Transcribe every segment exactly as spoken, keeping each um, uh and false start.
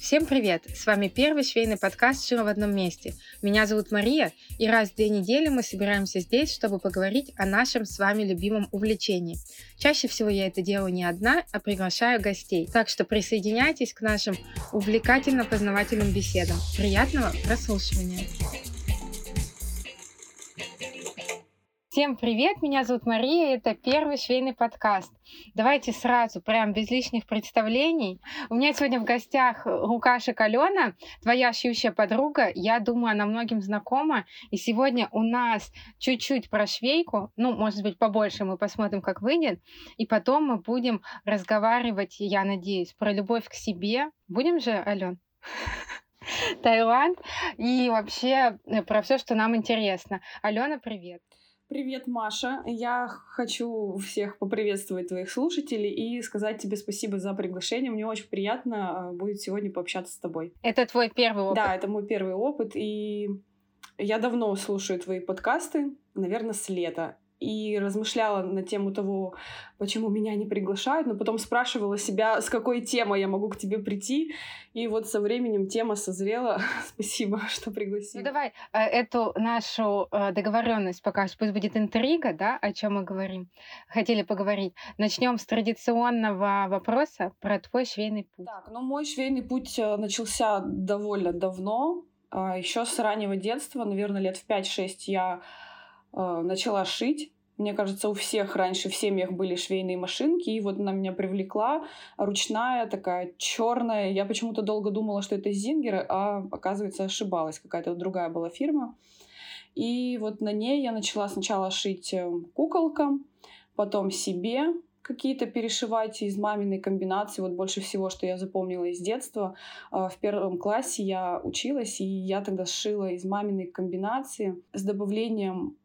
Всем привет! С вами первый швейный подкаст «Шила в одном месте». Меня зовут Мария, и раз в две недели мы собираемся здесь, чтобы поговорить о нашем с вами любимом увлечении. Чаще всего я это делаю не одна, а приглашаю гостей. Так что присоединяйтесь к нашим увлекательно-познавательным беседам. Приятного прослушивания! Всем привет! Меня зовут Мария, и это первый швейный подкаст. Давайте сразу, прям без лишних представлений. У меня сегодня в гостях Лукашек Алена, твоя шьющая подруга. Я думаю, она многим знакома. И сегодня у нас чуть-чуть про швейку, ну, может быть, побольше, мы посмотрим, как выйдет. И потом мы будем разговаривать, я надеюсь, про любовь к себе. Будем же, Ален? Таиланд и вообще про все, что нам интересно. Алена, привет! Привет, Маша. Я хочу всех поприветствовать твоих слушателей и сказать тебе спасибо за приглашение. Мне очень приятно будет сегодня пообщаться с тобой. Это твой первый опыт? Да, это мой первый опыт. И я давно слушаю твои подкасты, наверное, с лета. И размышляла на тему того, почему меня не приглашают, но потом спрашивала себя, с какой темой я могу к тебе прийти. И вот со временем тема созрела. Спасибо, что пригласила. Ну давай э, эту нашу э, договоренность пока, пусть будет интрига, да, о чем мы говорим, хотели поговорить. Начнем с традиционного вопроса про твой швейный путь. Так, ну мой швейный путь начался довольно давно, еще с раннего детства, наверное, лет в пять-шесть я начала шить. Мне кажется, у всех раньше в семьях были швейные машинки, и вот она меня привлекла. Ручная, такая черная. Я почему-то долго думала, что это Зингер, а оказывается, ошибалась. Какая-то другая была фирма. И вот на ней я начала сначала шить куколкам, потом себе какие-то перешивать из маминой комбинации. Вот больше всего, что я запомнила из детства. В первом классе я училась, и я тогда сшила из маминой комбинации с добавлением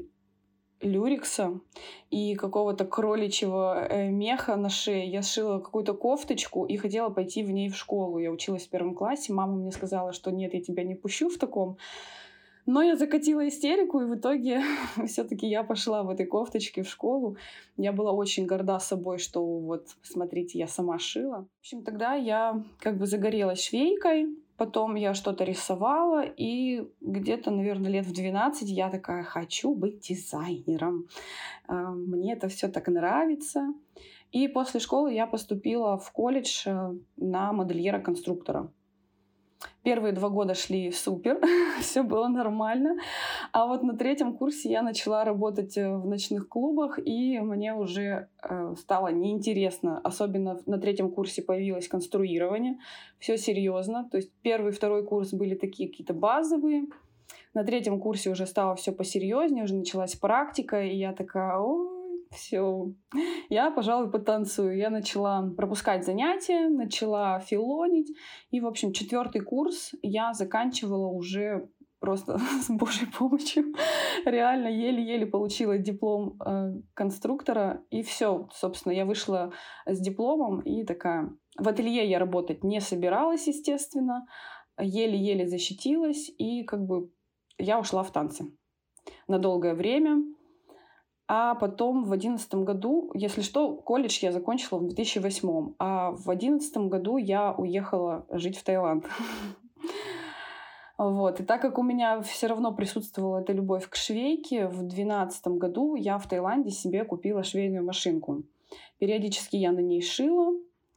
люрекса и какого-то кроличьего меха на шее. Я сшила какую-то кофточку и хотела пойти в ней в школу. Я училась в первом классе. Мама мне сказала, что нет, я тебя не пущу в таком. Но я закатила истерику, и в итоге все-таки я пошла в этой кофточке в школу. Я была очень горда собой, что вот, смотрите, я сама шила. В общем, тогда я как бы загорелась швейкой, потом я что-то рисовала, и где-то, наверное, лет в двенадцать я такая, хочу быть дизайнером. Мне это все так нравится. И после школы я поступила в колледж на модельера-конструктора. Первые два года шли супер, все было нормально. А вот на третьем курсе я начала работать в ночных клубах, и мне уже э, стало неинтересно. Особенно на третьем курсе появилось конструирование. Все серьезно. То есть первый и второй курс были такие какие-то базовые. На третьем курсе уже стало все посерьезнее, уже началась практика, и я такая, ой, все, я, пожалуй, потанцую. Я начала пропускать занятия, начала филонить. И, в общем, четвертый курс я заканчивала уже просто с Божьей помощью. Реально еле-еле получила диплом э, конструктора. И все, собственно, я вышла с дипломом и такая... В ателье я работать не собиралась, естественно. Еле-еле защитилась. И как бы я ушла в танцы на долгое время. А потом в одиннадцатом году, если что, колледж я закончила в две тысячи восьмом, а в одиннадцатом году я уехала жить в Таиланд. Вот. И так как у меня все равно присутствовала эта любовь к швейке, в двенадцатом году я в Таиланде себе купила швейную машинку. Периодически я на ней шила,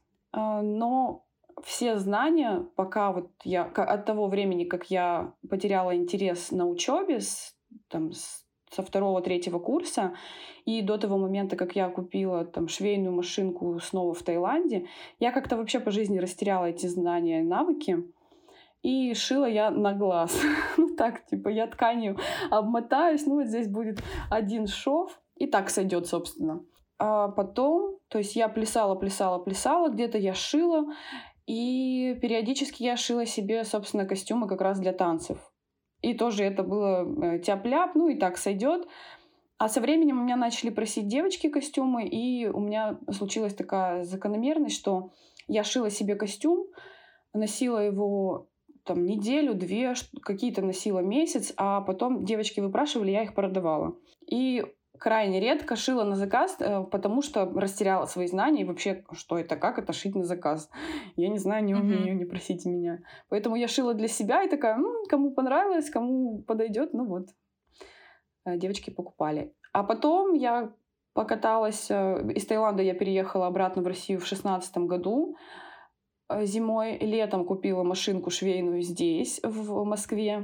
но все знания, пока вот я от того времени, как я потеряла интерес на учебе, там, с со второго-третьего курса, и до того момента, как я купила там швейную машинку снова в Таиланде, я как-то вообще по жизни растеряла эти знания и навыки, и шила я на глаз. Ну так, типа, я тканью обмотаюсь, ну вот здесь будет один шов, и так сойдет, собственно. А потом, то есть я плясала, плясала, плясала, где-то я шила, и периодически я шила себе, собственно, костюмы как раз для танцев. И тоже это было тяп-ляп, ну и так сойдет. А со временем у меня начали просить девочки костюмы, и у меня случилась такая закономерность, что я шила себе костюм, носила его там неделю-две, какие-то носила месяц, а потом девочки выпрашивали, я их продавала. И крайне редко шила на заказ, потому что растеряла свои знания и вообще, что это, как это шить на заказ. Я не знаю, не умею, mm-hmm. не просите меня. Поэтому я шила для себя и такая, м-м, кому понравилось, кому подойдет, ну вот. Девочки покупали. А потом я покаталась, из Таиланда я переехала обратно в Россию в шестнадцатом году. Зимой, летом купила машинку швейную здесь, в Москве.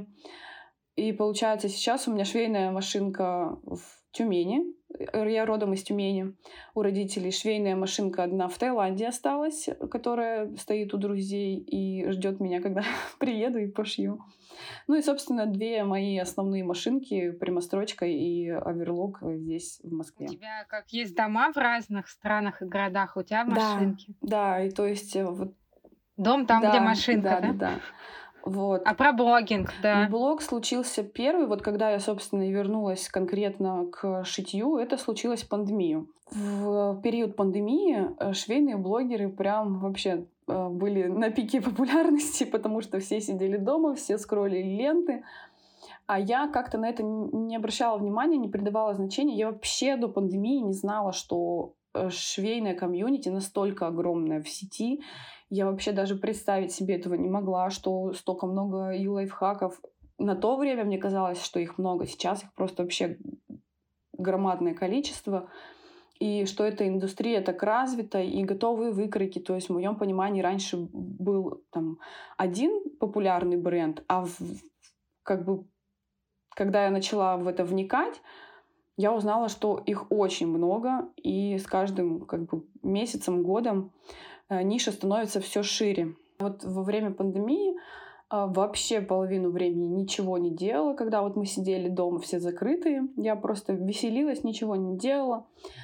И получается, сейчас у меня швейная машинка в Тюмени. Я родом из Тюмени. У родителей швейная машинка одна в Таиланде осталась, которая стоит у друзей и ждет меня, когда приеду и пошью. Ну и, собственно, две мои основные машинки, прямострочка и оверлок здесь, в Москве. У тебя как есть дома в разных странах и городах, у тебя машинки? Да, да, и то есть... Вот... Дом там, да, где машинка, да? Да, да, да. Вот. А про блогинг, да? Блог случился первый, вот когда я, собственно, и вернулась конкретно к шитью, это случилось в пандемию. В период пандемии швейные блогеры прям вообще были на пике популярности, потому что все сидели дома, все скроллили ленты. А я как-то на это не обращала внимания, не придавала значения. Я вообще до пандемии не знала, что швейная комьюнити настолько огромная в сети. Я вообще даже представить себе этого не могла, что столько много и лайфхаков. На то время мне казалось, что их много. Сейчас их просто вообще громадное количество. И что эта индустрия так развита, и готовые выкройки. То есть в моем понимании раньше был там один популярный бренд, а в, как бы, когда я начала в это вникать, я узнала, что их очень много, и с каждым как бы месяцем, годом ниша становится все шире. Вот во время пандемии вообще половину времени ничего не делала, когда вот мы сидели дома все закрытые. Я просто веселилась, ничего не делала.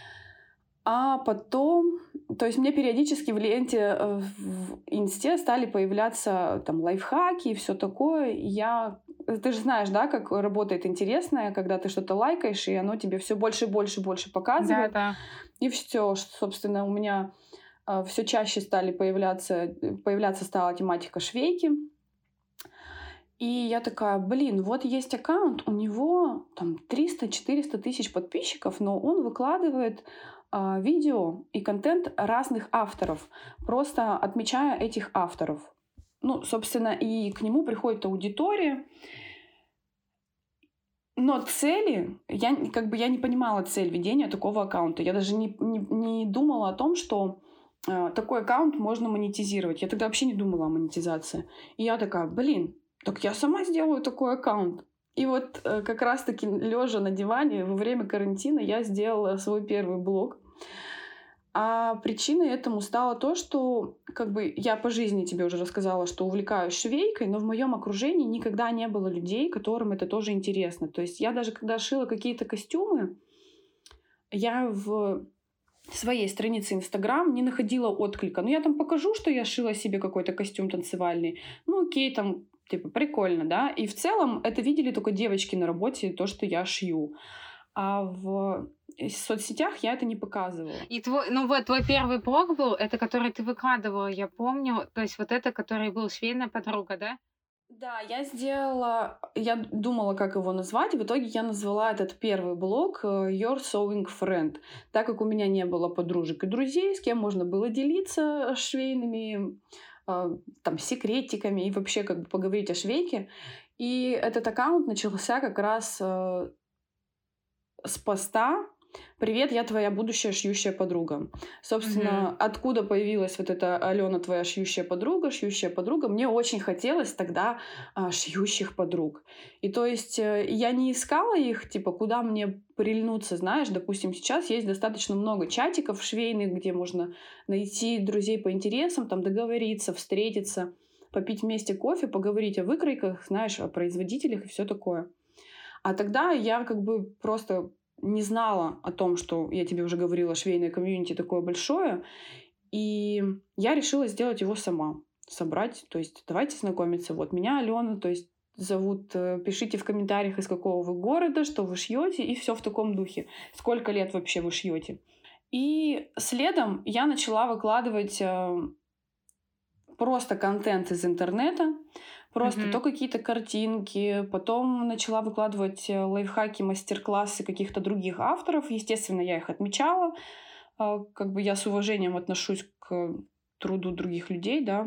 А потом, то есть мне периодически в ленте в инсте стали появляться там лайфхаки и все такое. И я, ты же знаешь, да, как работает интересное, когда ты что-то лайкаешь, и оно тебе все больше и больше и больше показывает. Да, да. И все, собственно, у меня все чаще стали появляться, появляться стала тематика швейки. И я такая, блин, вот есть аккаунт, у него там триста-четыреста тысяч подписчиков, но он выкладывает а, видео и контент разных авторов, просто отмечая этих авторов. Ну, собственно, и к нему приходит аудитория. Но цели, я как бы я не понимала цель ведения такого аккаунта. Я даже не, не, не думала о том, что э, такой аккаунт можно монетизировать. Я тогда вообще не думала о монетизации. И я такая, блин, так я сама сделаю такой аккаунт. И вот э, как раз-таки лежа на диване во время карантина я сделала свой первый блог. А причиной этому стало то, что как бы я по жизни тебе уже рассказала, что увлекаюсь швейкой, но в моем окружении никогда не было людей, которым это тоже интересно. То есть я даже когда шила какие-то костюмы, я в своей странице Инстаграм не находила отклика. Ну, я там покажу, что я шила себе какой-то костюм танцевальный. Ну, окей, там, типа, прикольно, да. И в целом это видели только девочки на работе, то, что я шью. А в соцсетях я это не показывала. И твой, ну вот твой первый блог был, это который ты выкладывала, я помню. То есть вот это, который был «Швейная подруга», да? Да, я сделала... Я думала, как его назвать. В итоге я назвала этот первый блог Your Sewing Friend, так как у меня не было подружек и друзей, с кем можно было делиться швейными там, секретиками и вообще как бы поговорить о швейке. И этот аккаунт начался как раз с поста «Привет, я твоя будущая шьющая подруга». Собственно, mm-hmm. откуда появилась вот эта Алена, твоя шьющая подруга, шьющая подруга, мне очень хотелось тогда а, шьющих подруг. И то есть я не искала их, типа, куда мне прильнуться, знаешь, допустим, сейчас есть достаточно много чатиков швейных, где можно найти друзей по интересам, там договориться, встретиться, попить вместе кофе, поговорить о выкройках, знаешь, о производителях и все такое. А тогда я как бы просто не знала о том, что, я тебе уже говорила, швейное комьюнити такое большое, и я решила сделать его сама, собрать, то есть давайте знакомиться. Вот меня Алена, то есть зовут, пишите в комментариях, из какого вы города, что вы шьете, и все в таком духе. Сколько лет вообще вы шьете? И следом я начала выкладывать просто контент из интернета, просто Мгм. то какие-то картинки, потом начала выкладывать э, лайфхаки, мастер-классы каких-то других авторов. Естественно, я их отмечала. А, Как бы я с уважением отношусь к труду других людей, да.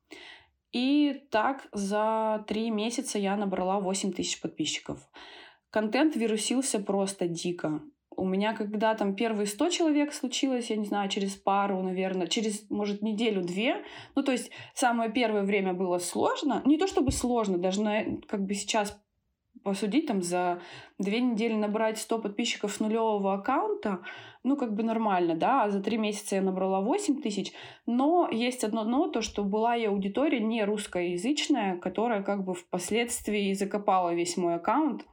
И так за три месяца я набрала восемь тысяч подписчиков. Контент вирусился просто дико. У меня, когда там первые сто человек случилось, я не знаю, через пару, наверное, через, может, неделю-две. Ну, то есть самое первое время было сложно. Не то чтобы сложно, даже на, как бы сейчас посудить, там за две недели набрать сто подписчиков с нулевого аккаунта, ну, как бы нормально, да, а за три месяца я набрала восемь тысяч. Но есть одно но, то, что была и аудитория не русскоязычная, которая как бы впоследствии закопала весь мой аккаунт,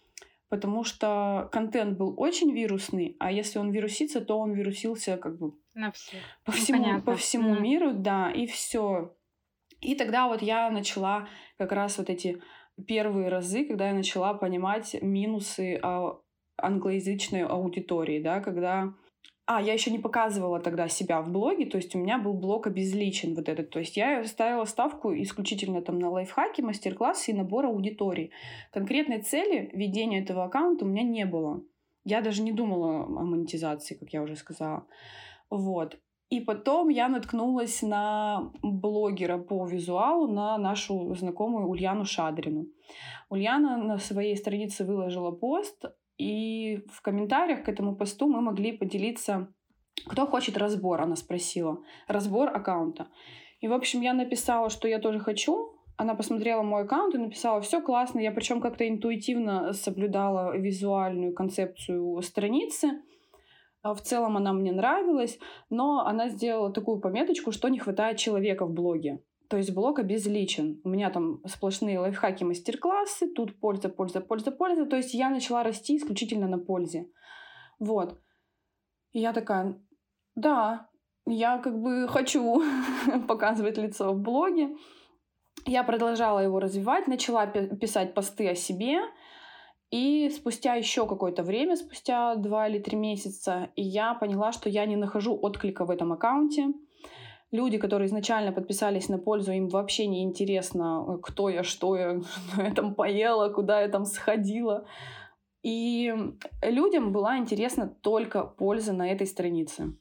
потому что контент был очень вирусный, а если он вирусится, то он вирусился как бы На всех. по Ну, всему, по понятно. всему Мгм. миру, да, и все. И тогда вот я начала как раз вот эти первые разы, когда я начала понимать минусы а, англоязычной аудитории, да, когда... А, я еще не показывала тогда себя в блоге, то есть у меня был блог обезличен вот этот. То есть я ставила ставку исключительно там на лайфхаки, мастер-классы и набор аудитории. Конкретной цели ведения этого аккаунта у меня не было. Я даже не думала о монетизации, как я уже сказала. Вот. И потом я наткнулась на блогера по визуалу, на нашу знакомую Ульяну Шадрину. Ульяна на своей странице выложила пост, и в комментариях к этому посту мы могли поделиться, кто хочет разбор, она спросила, разбор аккаунта. И, в общем, я написала, что я тоже хочу. Она посмотрела мой аккаунт и написала, все классно. Я причем как-то интуитивно соблюдала визуальную концепцию страницы. А В целом она мне нравилась, но она сделала такую пометочку, что не хватает человека в блоге. То есть блог обезличен. У меня там сплошные лайфхаки, мастер-классы, тут польза, польза, польза, польза. То есть я начала расти исключительно на пользе. Вот. И я такая, да, я как бы хочу показывать лицо в блоге. Я продолжала его развивать, начала пи- писать посты о себе. И спустя еще какое-то время, спустя два или три месяца, я поняла, что я не нахожу отклика в этом аккаунте. Люди, которые изначально подписались на пользу, им вообще не интересно, кто я, что я, что я там поела, куда я там сходила. И людям была интересна только польза на этой странице.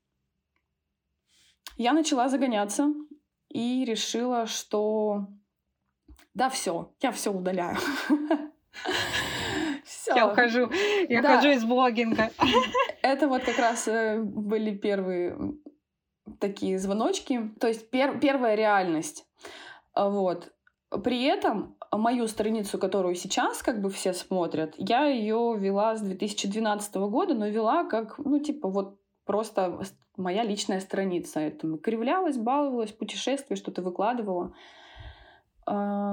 Я начала загоняться и решила, что да, все, я все удаляю. Я Все. ухожу. Я Да. ухожу из блогинга. Это вот как раз э, были первые такие звоночки. То есть пер- первая реальность. А, Вот. При этом мою страницу, которую сейчас как бы все смотрят, я ее вела с две тысячи двенадцатого года, но вела как, ну, типа, вот просто с- моя личная страница. Я там кривлялась, баловалась, путешествия, что-то выкладывала. А,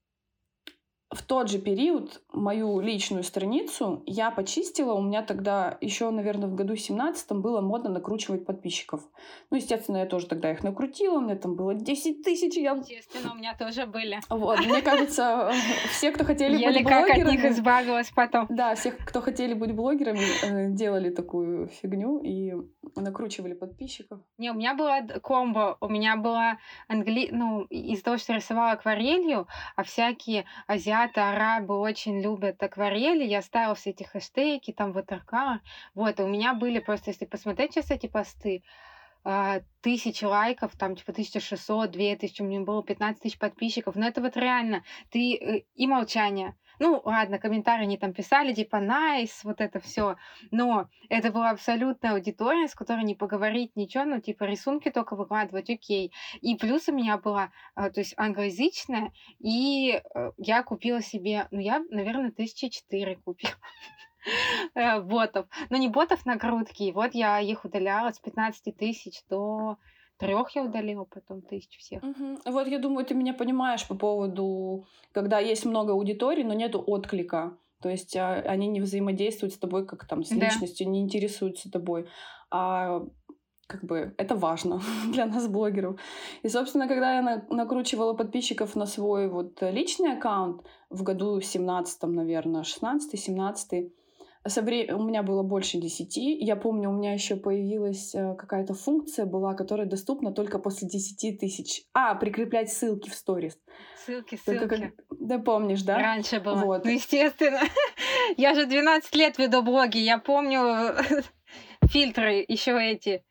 В тот же период мою личную страницу я почистила. У меня тогда еще, наверное, в году семнадцатом было модно накручивать подписчиков. Ну, естественно, я тоже тогда их накрутила. У меня там было десять тысяч. Я... Естественно, у меня тоже были. Вот, мне кажется, все, кто хотели Еле быть как от них блогерами... избавилась потом. Да, всех, кто хотели быть блогерами, э, делали такую фигню и накручивали подписчиков. Не, у меня была д- комбо. У меня была англи... ну, и- из-за того, что я рисовала акварелью, а всякие азиаты, арабы очень любят акварели, я ставила все эти хэштеги, там, watercolor. Вот, и у меня были просто, если посмотреть сейчас эти посты, а, тысячи лайков, там, типа, тысяча шестьсот, две тысячи, у меня было пятнадцать тысяч подписчиков. Но это вот реально, ты э, и молчание. Ну, ладно, комментарии они там писали, типа, найс, вот это все. Но это была абсолютная аудитория, с которой не поговорить ничего, ну, типа, рисунки только выкладывать, окей. И плюс у меня была, а, то есть, англоязычная, и э, я купила себе, ну, я, наверное, тысячи четыре купила э, ботов. Но не ботов накрутки. И вот я их удаляла с пятнадцати тысяч до трех я удалила потом тысяч всех. Мгм. Вот я думаю, ты меня понимаешь по поводу, когда есть много аудитории, но нету отклика. То есть а, они не взаимодействуют с тобой как там с Да. личностью, не интересуются тобой. А как бы это важно для нас, блогеров. И, собственно, когда я на- накручивала подписчиков на свой вот личный аккаунт в году семнадцатом, наверное, шестнадцатый-семнадцатый, Со вре- У меня было больше десяти. Я помню, у меня еще появилась э, какая-то функция была, которая доступна только после десяти тысяч. А, прикреплять ссылки в сторис. Ссылки, Только как... ссылки. Да, помнишь, да? Раньше было. Вот. Ну, естественно. Я же двенадцать лет веду блоги. Я помню фильтры, еще эти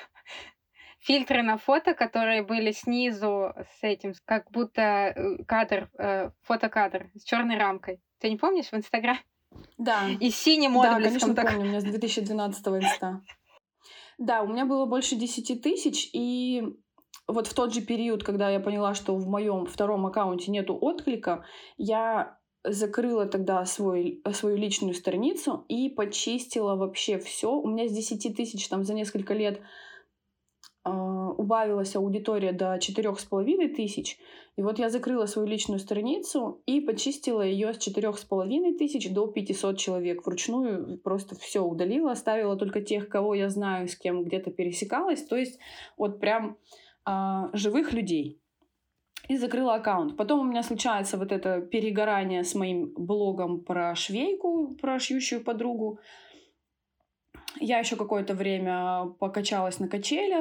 фильтры на фото, которые были снизу с этим, как будто э, кадр, э, фотокадр с черной рамкой. Ты не помнишь в Инстаграме? Да. И с синим Да, отблеском. конечно, так. помню. У меня с две тысячи двенадцатого инста. Да, у меня было больше десяти тысяч, и вот в тот же период, когда я поняла, что в моем втором аккаунте нету отклика, я закрыла тогда свой, свою личную страницу и почистила вообще все. У меня с десяти тысяч там за несколько лет э, убавилась аудитория до четырех с половиной тысяч. И вот я закрыла свою личную страницу и почистила ее с четырех с половиной тысяч до пятисот человек. Вручную просто все удалила, оставила только тех, кого я знаю, с кем где-то пересекалась. То есть вот прям э, живых людей. И закрыла аккаунт. Потом у меня случается вот это перегорание с моим блогом про швейку, про шьющую подругу. Я еще какое-то время покачалась на качелях.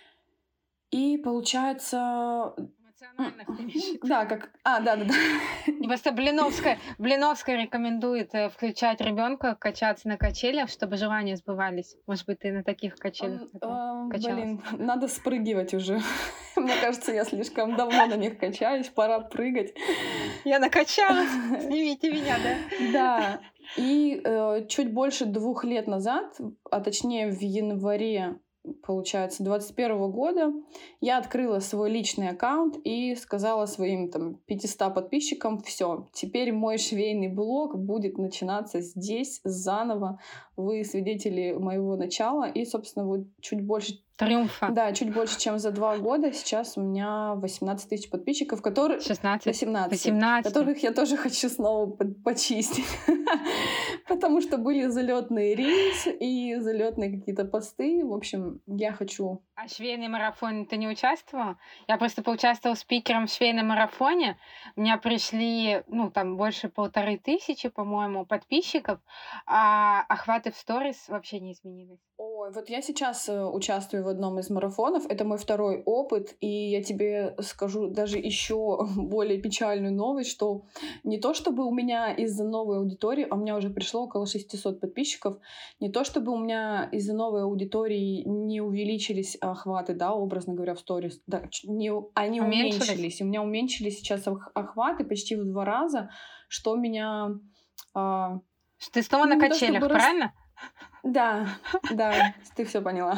И получается... Эмоциональных ты имеешь в виду? Да, как... А, да-да-да. И просто Блиновская, Блиновская рекомендует э, включать ребенка качаться на качелях, чтобы желания сбывались. Может быть, ты на таких качелях Ам, такая ам, качалась? Блин, надо спрыгивать уже. Мне кажется, я слишком давно на них качаюсь, пора прыгать. Я накачалась, снимите меня, да? Да. И э, чуть больше двух лет назад, а точнее в январе, получается, двадцать первого года, я открыла свой личный аккаунт и сказала своим там пятистам подписчикам: все, теперь мой швейный блог будет начинаться здесь заново. Вы свидетели моего начала. И, собственно, вот чуть больше... Триумфа. Да, чуть больше, чем за два года. Сейчас у меня восемнадцать тысяч подписчиков, которые... шестнадцать. восемнадцать. восемнадцать. Которых я тоже хочу снова по- почистить. Потому что были залетные рейсы и залетные какие-то посты. В общем, я хочу... А швейный марафон ты не участвовала? Я просто поучаствовала спикером в швейном марафоне. У меня пришли, ну, там больше полторы тысячи, по-моему, подписчиков, а охваты в сторис вообще не изменились. Ой, вот я сейчас э, участвую в одном из марафонов. Это мой второй опыт, и я тебе скажу даже еще более печальную новость, что не то чтобы у меня из-за новой аудитории, а у меня уже пришло около шестисот подписчиков, не то чтобы у меня из-за новой аудитории не увеличились охваты, да, образно говоря, в сторис, да, ч- не, они Уменьшились? уменьшились. У меня уменьшились сейчас ох- охваты почти в два раза, что меня... а, Что Ты снова ну, на не то качелях, чтобы рас- правильно? Да, да, ты все поняла.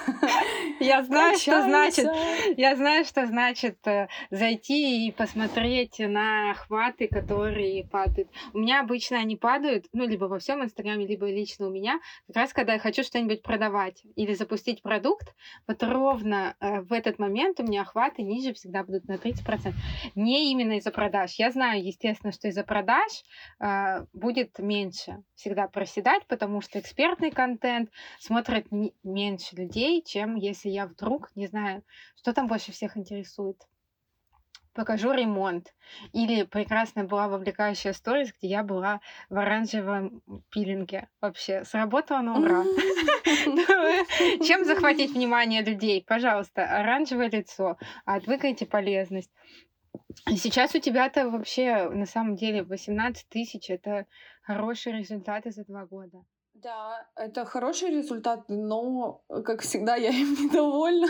Я знаю, что значит. Качаемся. Я знаю, что значит э, зайти и посмотреть на охваты, которые падают. У меня обычно они падают, ну, либо во всем Инстаграме, либо лично у меня, как раз когда я хочу что-нибудь продавать или запустить продукт, вот ровно э, в этот момент у меня охваты ниже всегда будут на тридцать процентов. Не именно из-за продаж. Я знаю, естественно, что из-за продаж э, будет меньше всегда проседать, потому что экспертный контент смотрят не- меньше людей, чем если я вдруг, не знаю, что там больше всех интересует. Покажу ремонт. Или прекрасная была вовлекающая сторис, где я была в оранжевом пилинге. Вообще, сработало на ура. Чем захватить внимание людей? Пожалуйста, оранжевое лицо. Отвыкайте полезность. И сейчас у тебя-то вообще на самом деле восемнадцать тысяч. Это хороший результат за два года. Да, это хороший результат, но, э, как всегда, я им недовольна.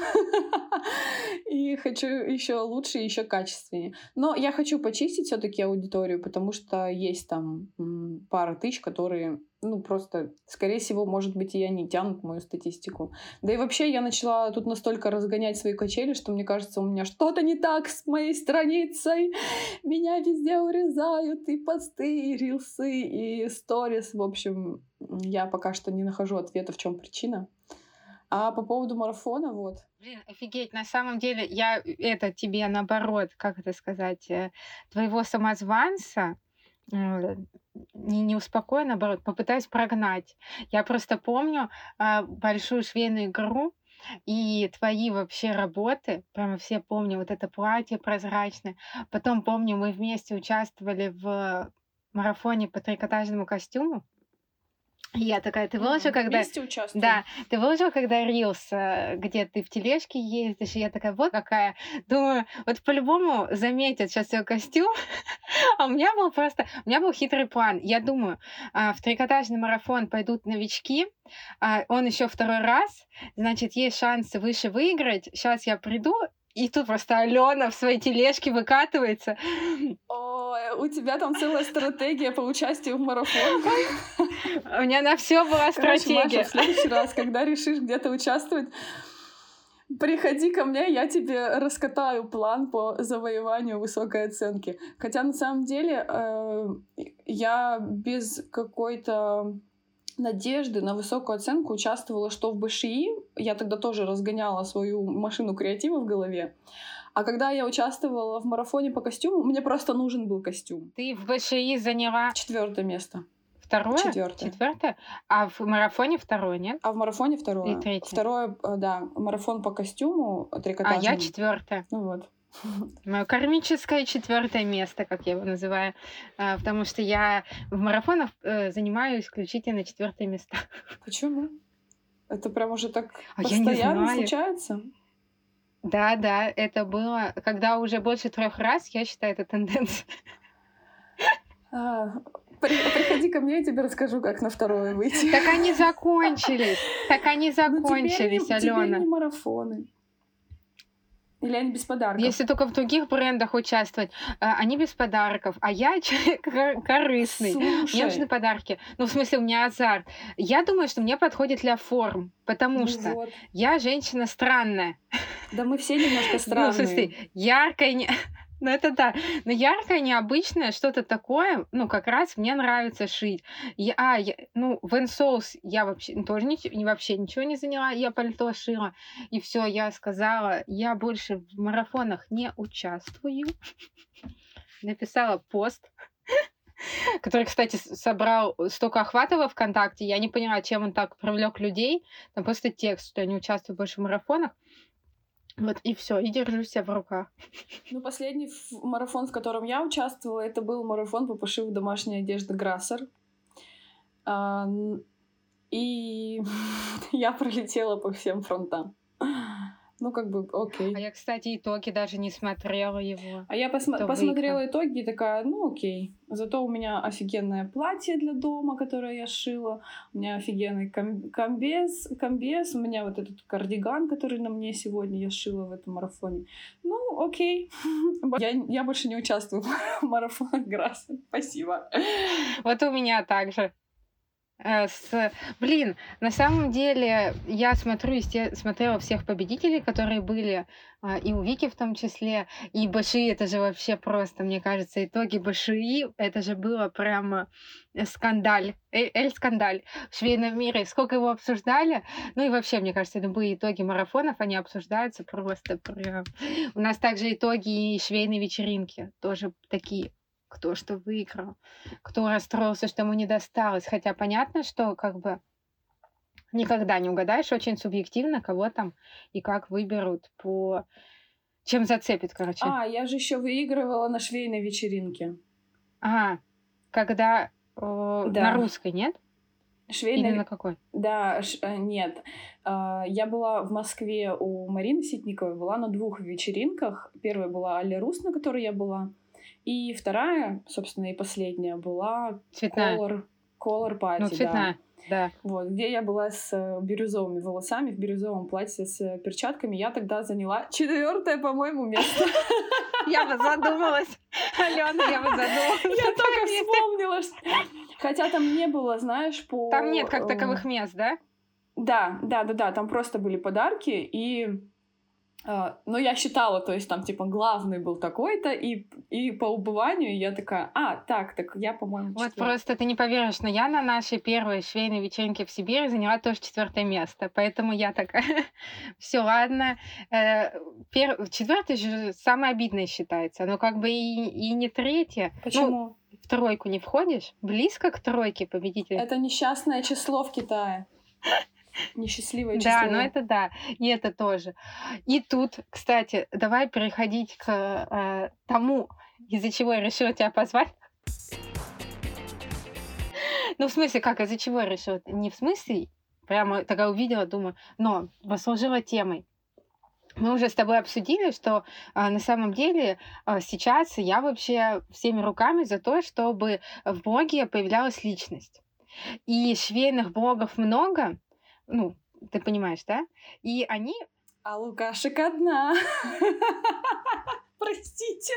И хочу еще лучше, еще качественнее. Но я хочу почистить все-таки аудиторию, потому что есть там м, пара тысяч, которые, ну, просто, скорее всего, может быть, и они тянут мою статистику. Да и вообще я начала тут настолько разгонять свои качели, что мне кажется, у меня что-то не так с моей страницей. Меня везде урезают и посты, и рилсы, и сторис. В общем, я пока что не нахожу ответа, в чем причина. А по поводу марафона, вот. Блин, офигеть, на самом деле, я это тебе наоборот, как это сказать, э, твоего самозванца э, не, не успокою, наоборот, попытаюсь прогнать. Я просто помню а, большую швейную игру, и твои вообще работы, прямо все помню, вот это платье прозрачное. Потом помню, мы вместе участвовали в марафоне по трикотажному костюму. Я такая, ты выложила, М, когда... Вместе участвуем. Да, ты выложила, когда рилс, э, где ты в тележке ездишь, и я такая, вот какая. Думаю, вот по-любому заметят сейчас ее костюм. А у меня был просто... У меня был хитрый план. Я думаю, а, в трикотажный марафон пойдут новички, а, он еще второй раз, значит, есть шансы выше выиграть. Сейчас я приду, и тут просто Алена в своей тележке выкатывается. Ой, у тебя там целая стратегия по участию в марафоне. У меня на все была Короче, Маша, стратегия. в следующий раз, когда решишь где-то участвовать, приходи ко мне, я тебе раскатаю план по завоеванию высокой оценки. Хотя на самом деле э, я без какой-то надежды на высокую оценку участвовала что в БШИ. Я тогда тоже разгоняла свою машину креатива в голове. А когда я участвовала в марафоне по костюму, мне просто нужен был костюм. Ты в БШИ заняла Четвертое место. второе? Четвертое. Четвертое? А в марафоне второе, нет? А в марафоне второе. И третье. Второе, э, да, марафон по костюму А трикотажному. я четвертое. Ну вот. Мое кармическое четвертое место, как я его называю, а, потому что я в марафонах э, занимаю исключительно четвертые места. Почему? Это прям уже так А я не постоянно знаю. случается? Да, да, это было, когда уже больше трех раз, я считаю, это тенденция. А, при- приходи ко мне, я тебе расскажу, как на второе выйти. Так они закончились, так они Ну, теперь не- закончились, Теперь Алена. не марафоны. Или они без подарков? Если только в других брендах участвовать, а, они без подарков, а я человек кор- корыстный. Мне нужны Слушай, подарки. Ну, в смысле, у меня азарт. Я думаю, что мне подходит для форм, потому ну что вот. я женщина странная. Да мы все немножко Ну, в странные. смысле, яркая, не... ну это да, но яркое, необычное, что-то такое, ну, как раз мне нравится шить. Я, а, я, ну, в Инсоус я вообще тоже ничего, не, вообще ничего не заняла, я пальто шила, и все, я сказала, я больше в марафонах не участвую. Написала пост, который, кстати, с- собрал столько охватов во ВКонтакте, я не поняла, чем он так привлек людей, там просто текст, что я не участвую больше в марафонах. Вот и все, и держу себя в руках. Ну, последний ф- марафон, в котором я участвовала, это был марафон по пошиву домашней одежды Грассер. А, н- И я пролетела по всем фронтам. Ну, как бы, А окей. я, кстати, итоги даже не смотрела его. А я посма- Кто посмотрела выиграл? итоги и такая, ну, окей. Зато у меня офигенное платье для дома, которое я шила. У меня офигенный ком- комбез, комбез. У меня вот этот кардиган, который на мне сегодня я шила в этом марафоне. Ну, окей. Я, я больше не участвую в марафонах Грасса. Спасибо. Вот у меня также. Э, С... Блин, на самом деле я смотрю, есте- смотрела всех победителей, которые были, а, и у Вики в том числе, и БШИ, это же вообще просто, мне кажется, итоги БШИ, это же было прямо э, скандаль, э- эль-скандаль в швейном мире, сколько его обсуждали, ну и вообще, мне кажется, любые итоги марафонов, они обсуждаются просто прям. У нас также итоги и швейной вечеринки, тоже такие, кто что выиграл, кто расстроился, что ему не досталось. Хотя понятно, что как бы никогда не угадаешь, очень субъективно, кого там и как выберут по... Чем зацепит, короче. А, я же еще выигрывала на швейной вечеринке. Ага, когда э, на Да. русской, нет? Или Швейная... на какой? Да, ш- э, нет. А, Я была в Москве у Марины Ситниковой, была на двух вечеринках. Первая была Аля Рус, на которой я была. И вторая, собственно, и последняя была Цветная. Color, Color Party, Ну, да. цветная, да. Вот, где я была с э, бирюзовыми волосами, в бирюзовом платье с э, перчатками. Я тогда заняла четвертое, по-моему, место. Я бы задумалась. Алена, я бы задумалась. Я только вспомнила, что... Хотя там не было, знаешь, по... Там нет как э, таковых мест, да? Да, да, да, да, там просто были подарки, и... э, но я считала, то есть там, типа, главный был такой-то, и, и по убыванию я такая, а, так, так я, по-моему, Вот четвёртая. просто ты не поверишь, но я на нашей первой швейной вечеринке в Сибири заняла тоже четвертое место, поэтому я такая, все, ладно. Четвертое же самое обидное считается, но как бы и, и не третье. Ну, Почему? в тройку не входишь, близко к тройке победителя. Это несчастное число в Китае. Несчастливое число. Да, ну это да, и это тоже. И тут, кстати, давай переходить к э, тому, из-за чего я решила тебя позвать. Ну, в смысле, как, из-за чего я решила? Не в смысле, прямо такая увидела, думаю, но послужила темой. Мы уже с тобой обсудили, что а, на самом деле а, сейчас я вообще всеми руками за то, чтобы в блоге появлялась личность. И швейных блогов много, ну, ты понимаешь, да? И они... А Лукашек одна. Простите.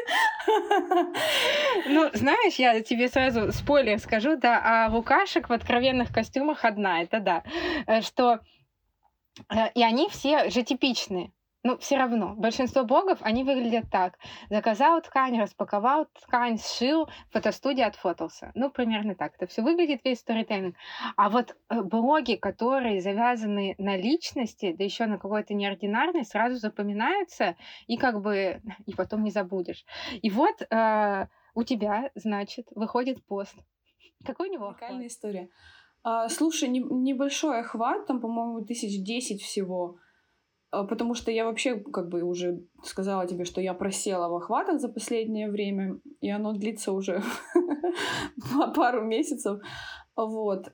Ну, знаешь, я тебе сразу спойлер скажу, да, а Лукашек в откровенных костюмах одна, это да. Э, Что... э, И они все же типичные. Ну, все равно. Большинство блогов, они выглядят так. Заказал ткань, распаковал ткань, сшил, в фотостудии отфотался. Ну, примерно так. Это все выглядит, весь сторителлинг. А вот э, блоги, которые завязаны на личности, да еще на какой-то неординарной, сразу запоминаются, и как бы и потом не забудешь. И вот э, у тебя, значит, выходит пост. Какой у него охват? Уникальная история. А, слушай, не- небольшой охват, там, по-моему, тысяч десять всего. А, Потому что я вообще, как бы, уже сказала тебе, что я просела в охватах за последнее время, и оно длится уже па- пару месяцев. Вот.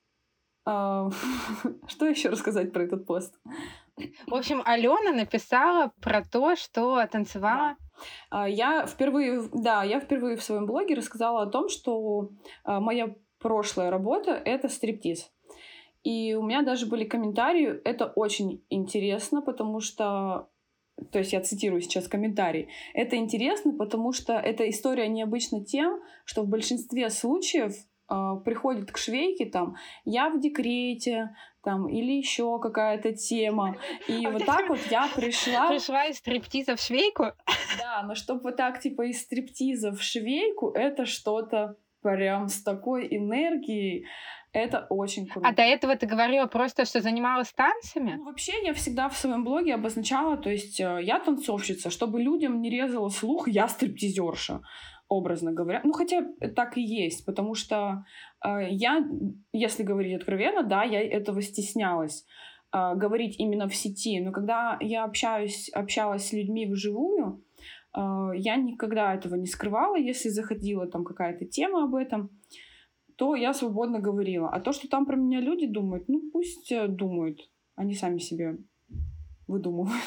А, Что еще рассказать про этот пост? В общем, Алена написала про то, что танцевала. А, Я впервые, в- да, я впервые в своем блоге рассказала о том, что а, моя прошлая работа — это стриптиз. И у меня даже были комментарии. Это очень интересно, потому что... То есть я цитирую сейчас комментарий. Это интересно, потому что эта история необычна тем, что в большинстве случаев а, приходит к швейке там «я в декрете», там, или еще какая-то тема. И А вот ты так вот я пришла... Пришла из стриптиза в швейку. Да, но чтобы вот так, типа, из стриптиза в швейку, это что-то прям с такой энергией. Это очень круто. А до этого ты говорила просто, что занималась танцами? Ну, вообще, я всегда в своем блоге обозначала, то есть э, я танцовщица, чтобы людям не резало слух, я стриптизерша, образно говоря. Ну, хотя так и есть, потому что э, я, если говорить откровенно, да, я этого стеснялась э, говорить именно в сети. Но когда я общаюсь, общалась с людьми вживую, э, я никогда этого не скрывала, если заходила там какая-то тема об этом, то я свободно говорила. А то, что там про меня люди думают, ну пусть э, думают. Они сами себе выдумывают.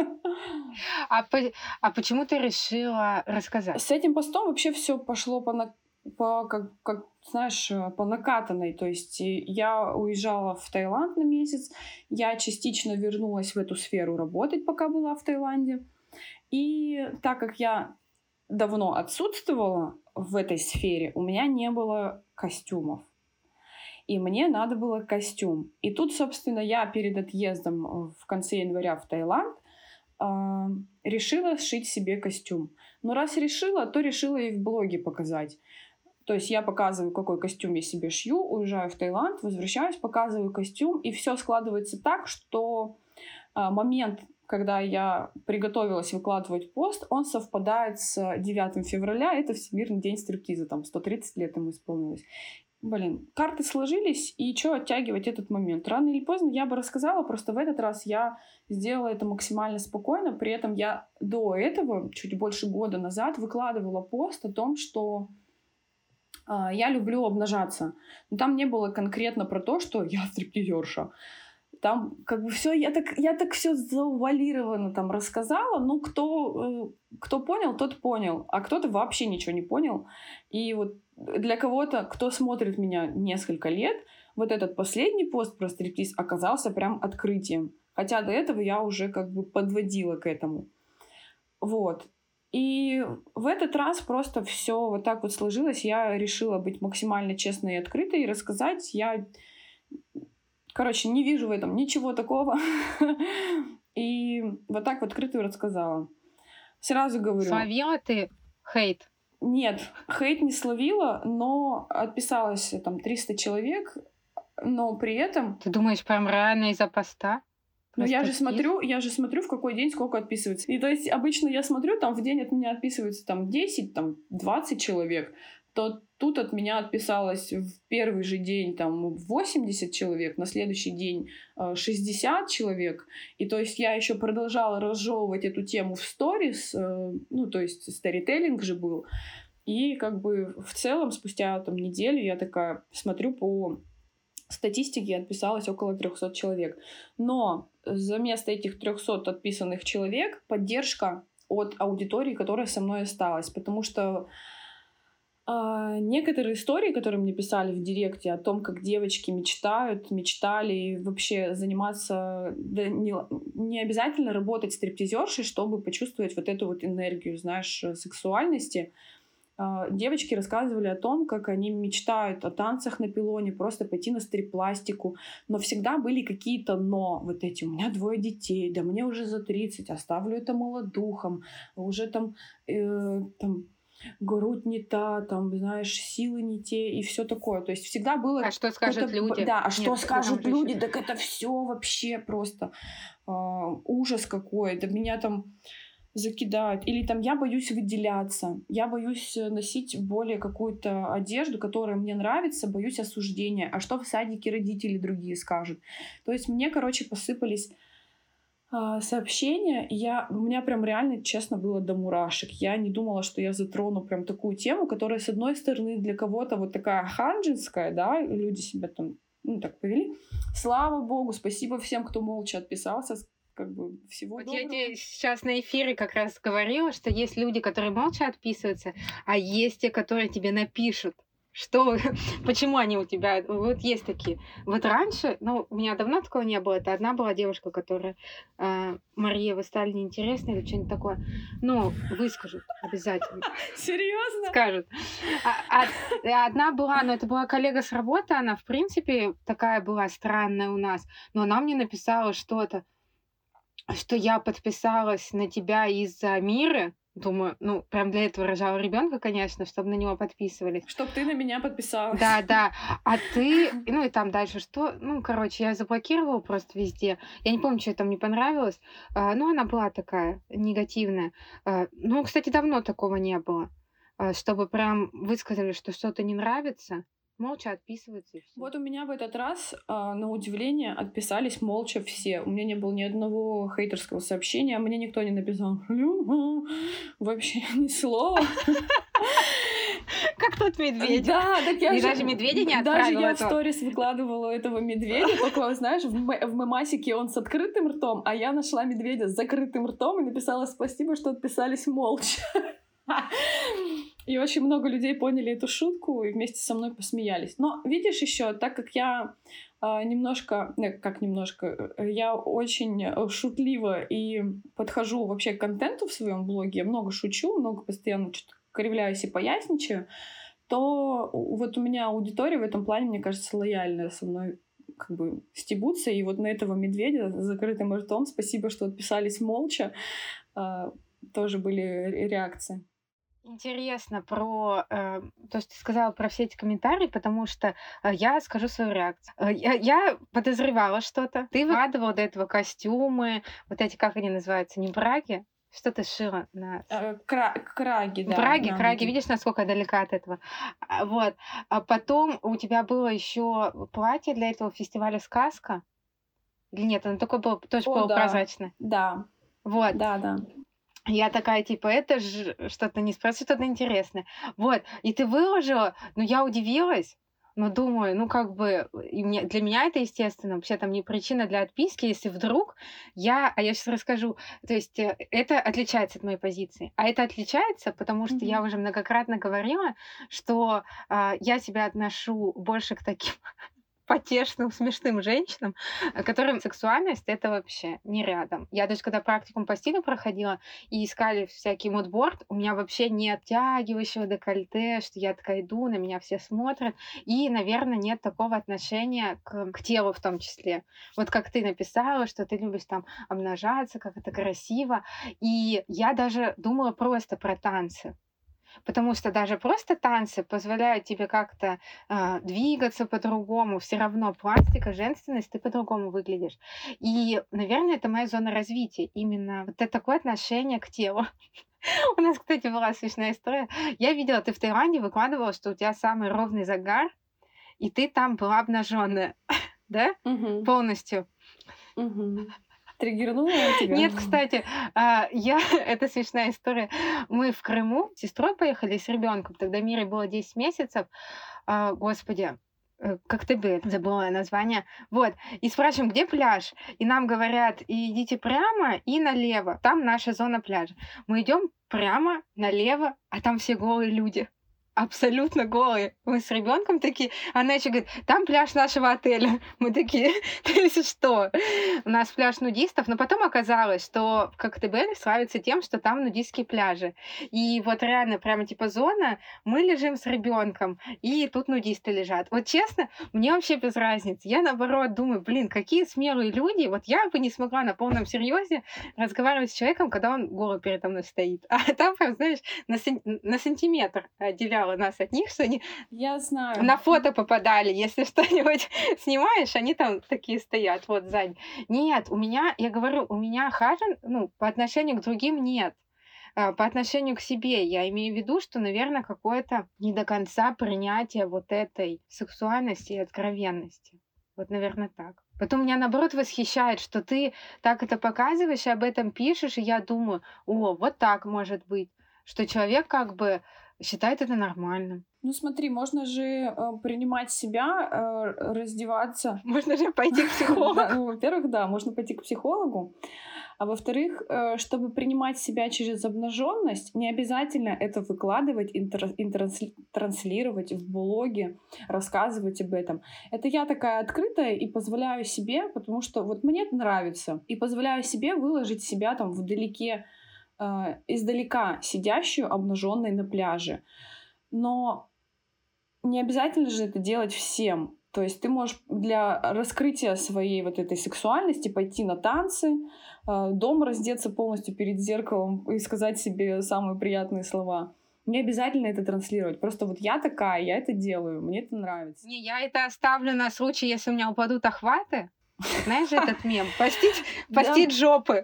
А, по- а почему ты решила рассказать? С этим постом вообще все пошло по, на- по как, как, знаешь, э, по накатанной. То есть э, я уезжала в Таиланд на месяц, я частично вернулась в эту сферу работать, пока была в Таиланде. И так как я давно отсутствовала в этой сфере, у меня не было костюмов. И мне надо было костюм. И тут, собственно, я перед отъездом в конце января в Таиланд а, решила сшить себе костюм. Но раз решила, то решила и в блоге показать. То есть я показываю, какой костюм я себе шью, уезжаю в Таиланд, возвращаюсь, показываю костюм, и все складывается так, что а, момент, когда я приготовилась выкладывать пост, он совпадает с девятым февраля, это Всемирный день стриптиза, там сто тридцать лет ему исполнилось. Блин, карты сложились, и что оттягивать этот момент? Рано или поздно я бы рассказала, просто в этот раз я сделала это максимально спокойно, при этом я до этого, чуть больше года назад, выкладывала пост о том, что э, я люблю обнажаться. Но там не было конкретно про то, что я стриптизерша. Там как бы все, я так, я так все завуалированно там рассказала, ну кто, э, кто понял, тот понял, а кто-то вообще ничего не понял. И вот для кого-то, кто смотрит меня несколько лет, вот этот последний пост про стриптиз оказался прям открытием. Хотя до этого я уже как бы подводила к этому. Вот. И в этот раз просто все вот так вот сложилось. Я решила быть максимально честной и открытой и рассказать. Я, короче, не вижу в этом ничего такого. И вот так вот открыто рассказала. Сразу говорю. Словила ты хейт? Нет, хейт не словила, но отписалось там триста человек, но при этом... Ты думаешь, прям реально из-за поста? Ну, я же Стриптиз? смотрю, я же смотрю, в какой день сколько отписывается. И то есть обычно я смотрю, там в день от меня отписывается там десять, там двадцать человек, то тут от меня отписалось в первый же день там восемьдесят человек, на следующий день э, шестьдесят человек. И то есть я еще продолжала разжевывать эту тему в сторис, э, ну, то есть сторителлинг же был. И как бы в целом спустя там неделю я такая смотрю по статистике, отписалось около трехсот человек. Но за место этих трехсот отписанных человек поддержка от аудитории, которая со мной осталась. Потому что а, некоторые истории, которые мне писали в директе о том, как девочки мечтают, мечтали вообще заниматься, да не, не обязательно работать стриптизершей, чтобы почувствовать вот эту вот энергию, знаешь, сексуальности. А, девочки рассказывали о том, как они мечтают о танцах на пилоне, просто пойти на стрип-пластику, но всегда были какие-то «но». Вот эти «у меня двое детей», «да мне уже за тридцать, оставлю это молодухам», уже там... Э, там грудь не та, там, знаешь, силы не те и все такое. То есть всегда было... А что скажут люди? Да, а что Нет, скажут там люди? еще. Так это все вообще просто э, ужас какой. Да меня там закидают. Или там я боюсь выделяться. Я боюсь носить более какую-то одежду, которая мне нравится, боюсь осуждения. А что в садике родители другие скажут? То есть мне, короче, посыпались сообщения, и я, у меня прям реально, честно, было до мурашек. Я не думала, что я затрону прям такую тему, которая, с одной стороны, для кого-то вот такая ханжинская, да, люди себя там, ну, так повели. Слава богу, спасибо всем, кто молча отписался, как бы всего вот доброго. Я тебе сейчас на эфире как раз говорила, что есть люди, которые молча отписываются, а есть те, которые тебе напишут. Что, почему они у тебя, вот есть такие. Вот раньше, ну, у меня давно такого не было, это одна была девушка, которая, э, Мария, вы стали неинтересны или что-нибудь такое, ну, выскажут обязательно. Серьезно? Скажут. А, а, одна была, но это была коллега с работы, она, в принципе, такая была странная у нас, но она мне написала что-то, что я подписалась на тебя из-за Миры. Думаю, ну, прям для этого рожала ребенка, конечно, чтобы на него подписывались. Чтоб ты на меня подписалась. Да, да. А ты, ну и там дальше что? Ну, короче, я заблокировала просто везде. Я не помню, что там не понравилось. А, ну, она была такая негативная. А, ну, кстати, давно такого не было. А, чтобы прям высказали, что что-то не нравится. Молча отписываются и все. Вот у меня в этот раз, а, на удивление, отписались молча все. У меня не было ни одного хейтерского сообщения, мне никто не написал вообще ни слова. Как тот медведь. Да, так я И же... даже медведя не Даже отправила. я в то. сторис выкладывала этого медведя, только, знаешь, в, м- в мемасике он с открытым ртом, а я нашла медведя с закрытым ртом и написала спасибо, что отписались молча. И очень много людей поняли эту шутку и вместе со мной посмеялись. Но видишь еще, так как я э, немножко, э, как немножко, э, я очень шутлива и подхожу вообще к контенту в своем блоге, я много шучу, много постоянно что-то кривляюсь и поясничаю, то вот у меня аудитория в этом плане, мне кажется, лояльная со мной, как бы стебутся. И вот на этого медведя с закрытым ртом, спасибо, что отписались молча, э, тоже были реакции. Интересно про э, то, что ты сказала про все эти комментарии, потому что э, я скажу свою реакцию. Э, я, я подозревала что-то. Ты выкладывала до этого костюмы, вот эти, как они называются, не браги? Что ты шила на... Э, кра- краги, да. Браги, да, краги, да. видишь, насколько я далека от этого. А, вот. А потом у тебя было еще платье для этого фестиваля «Сказка». Или нет, оно такое было тоже О, полупрозрачное. Да, Вот. да, да. Я такая, типа, это же что-то не спросить, что-то интересное. Вот, и ты выложила, ну, я удивилась, но думаю, ну, как бы, и мне, для меня это, естественно, вообще там не причина для отписки, если вдруг я, а я сейчас расскажу, то есть э, это отличается от моей позиции. А это отличается, потому что Мгм. я уже многократно говорила, что а, я себя отношу больше к таким потешным, смешным женщинам, э, которым сексуальность это вообще не рядом. Я даже когда практикум по стилю проходила и искали всякий мудборд, у меня вообще нет оттягивающего декольте, что я такая иду, на меня все смотрят, и, наверное, нет такого отношения к, к телу в том числе. Вот как ты написала, что ты любишь там обнажаться, как это красиво, и я даже думала просто про танцы. Потому что даже просто танцы позволяют тебе как-то э, двигаться по-другому, все равно пластика, женственность, ты по-другому выглядишь. И, наверное, это моя зона развития, именно вот это такое отношение к телу. У нас, кстати, была смешная история. Я видела, ты в Таиланде выкладывала, что у тебя самый ровный загар, и ты там была обнаженная, да? Мгм. Полностью. Мгм. Триггернула тебя? Нет, кстати, а, я это смешная история. Мы в Крыму с сестрой поехали с ребенком. Тогда Мире было десять месяцев. А, Господи, э, Коктебель, забыла я название. Вот. И спрашиваем, где пляж? И нам говорят, идите прямо и налево. Там наша зона пляжа. Мы идем прямо налево, а там все голые люди. Абсолютно голые. Мы с ребенком такие. Она еще говорит, там пляж нашего отеля. Мы такие, то есть что? У нас пляж нудистов, но потом оказалось, что Коктебель славится тем, что там нудистские пляжи. И вот реально прямо типа зона, мы лежим с ребенком, и тут нудисты лежат. Вот честно, мне вообще без разницы. Я наоборот думаю, блин, какие смелые люди. Вот я бы не смогла на полном серьезе разговаривать с человеком, когда он голый передо мной стоит. А там, прям, знаешь, на, сен- на сантиметр отделял нас от них, что они Я знаю. на фото попадали. Если что-нибудь снимаешь, они там такие стоят, вот сзади. Нет, у меня, я говорю, у меня хажен, ну, по отношению к другим нет. А, По отношению к себе я имею в виду, что, наверное, какое-то не до конца принятие вот этой сексуальности и откровенности. Вот, наверное, так. Потом меня, наоборот, восхищает, что ты так это показываешь и об этом пишешь, и я думаю, о, вот так может быть, что человек как бы считает это нормальным. Ну смотри, можно же э, принимать себя, э, раздеваться. Можно же пойти к психологу. Да, ну, во-первых, да, можно пойти к психологу. А во-вторых, э, чтобы принимать себя через обнаженность, не обязательно это выкладывать, интер- интер- транслировать в блоге, рассказывать об этом. Это я такая открытая и позволяю себе, потому что вот мне это нравится, и позволяю себе выложить себя там вдалеке, э, издалека сидящую обнаженной на пляже. Но не обязательно же это делать всем. То есть ты можешь для раскрытия своей вот этой сексуальности пойти на танцы, э, дома раздеться полностью перед зеркалом и сказать себе самые приятные слова. Не обязательно это транслировать. Просто вот я такая, я это делаю, мне это нравится. Не, я это оставлю на случай, если у меня упадут охваты. Знаешь же этот мем? Постить, постить жопы.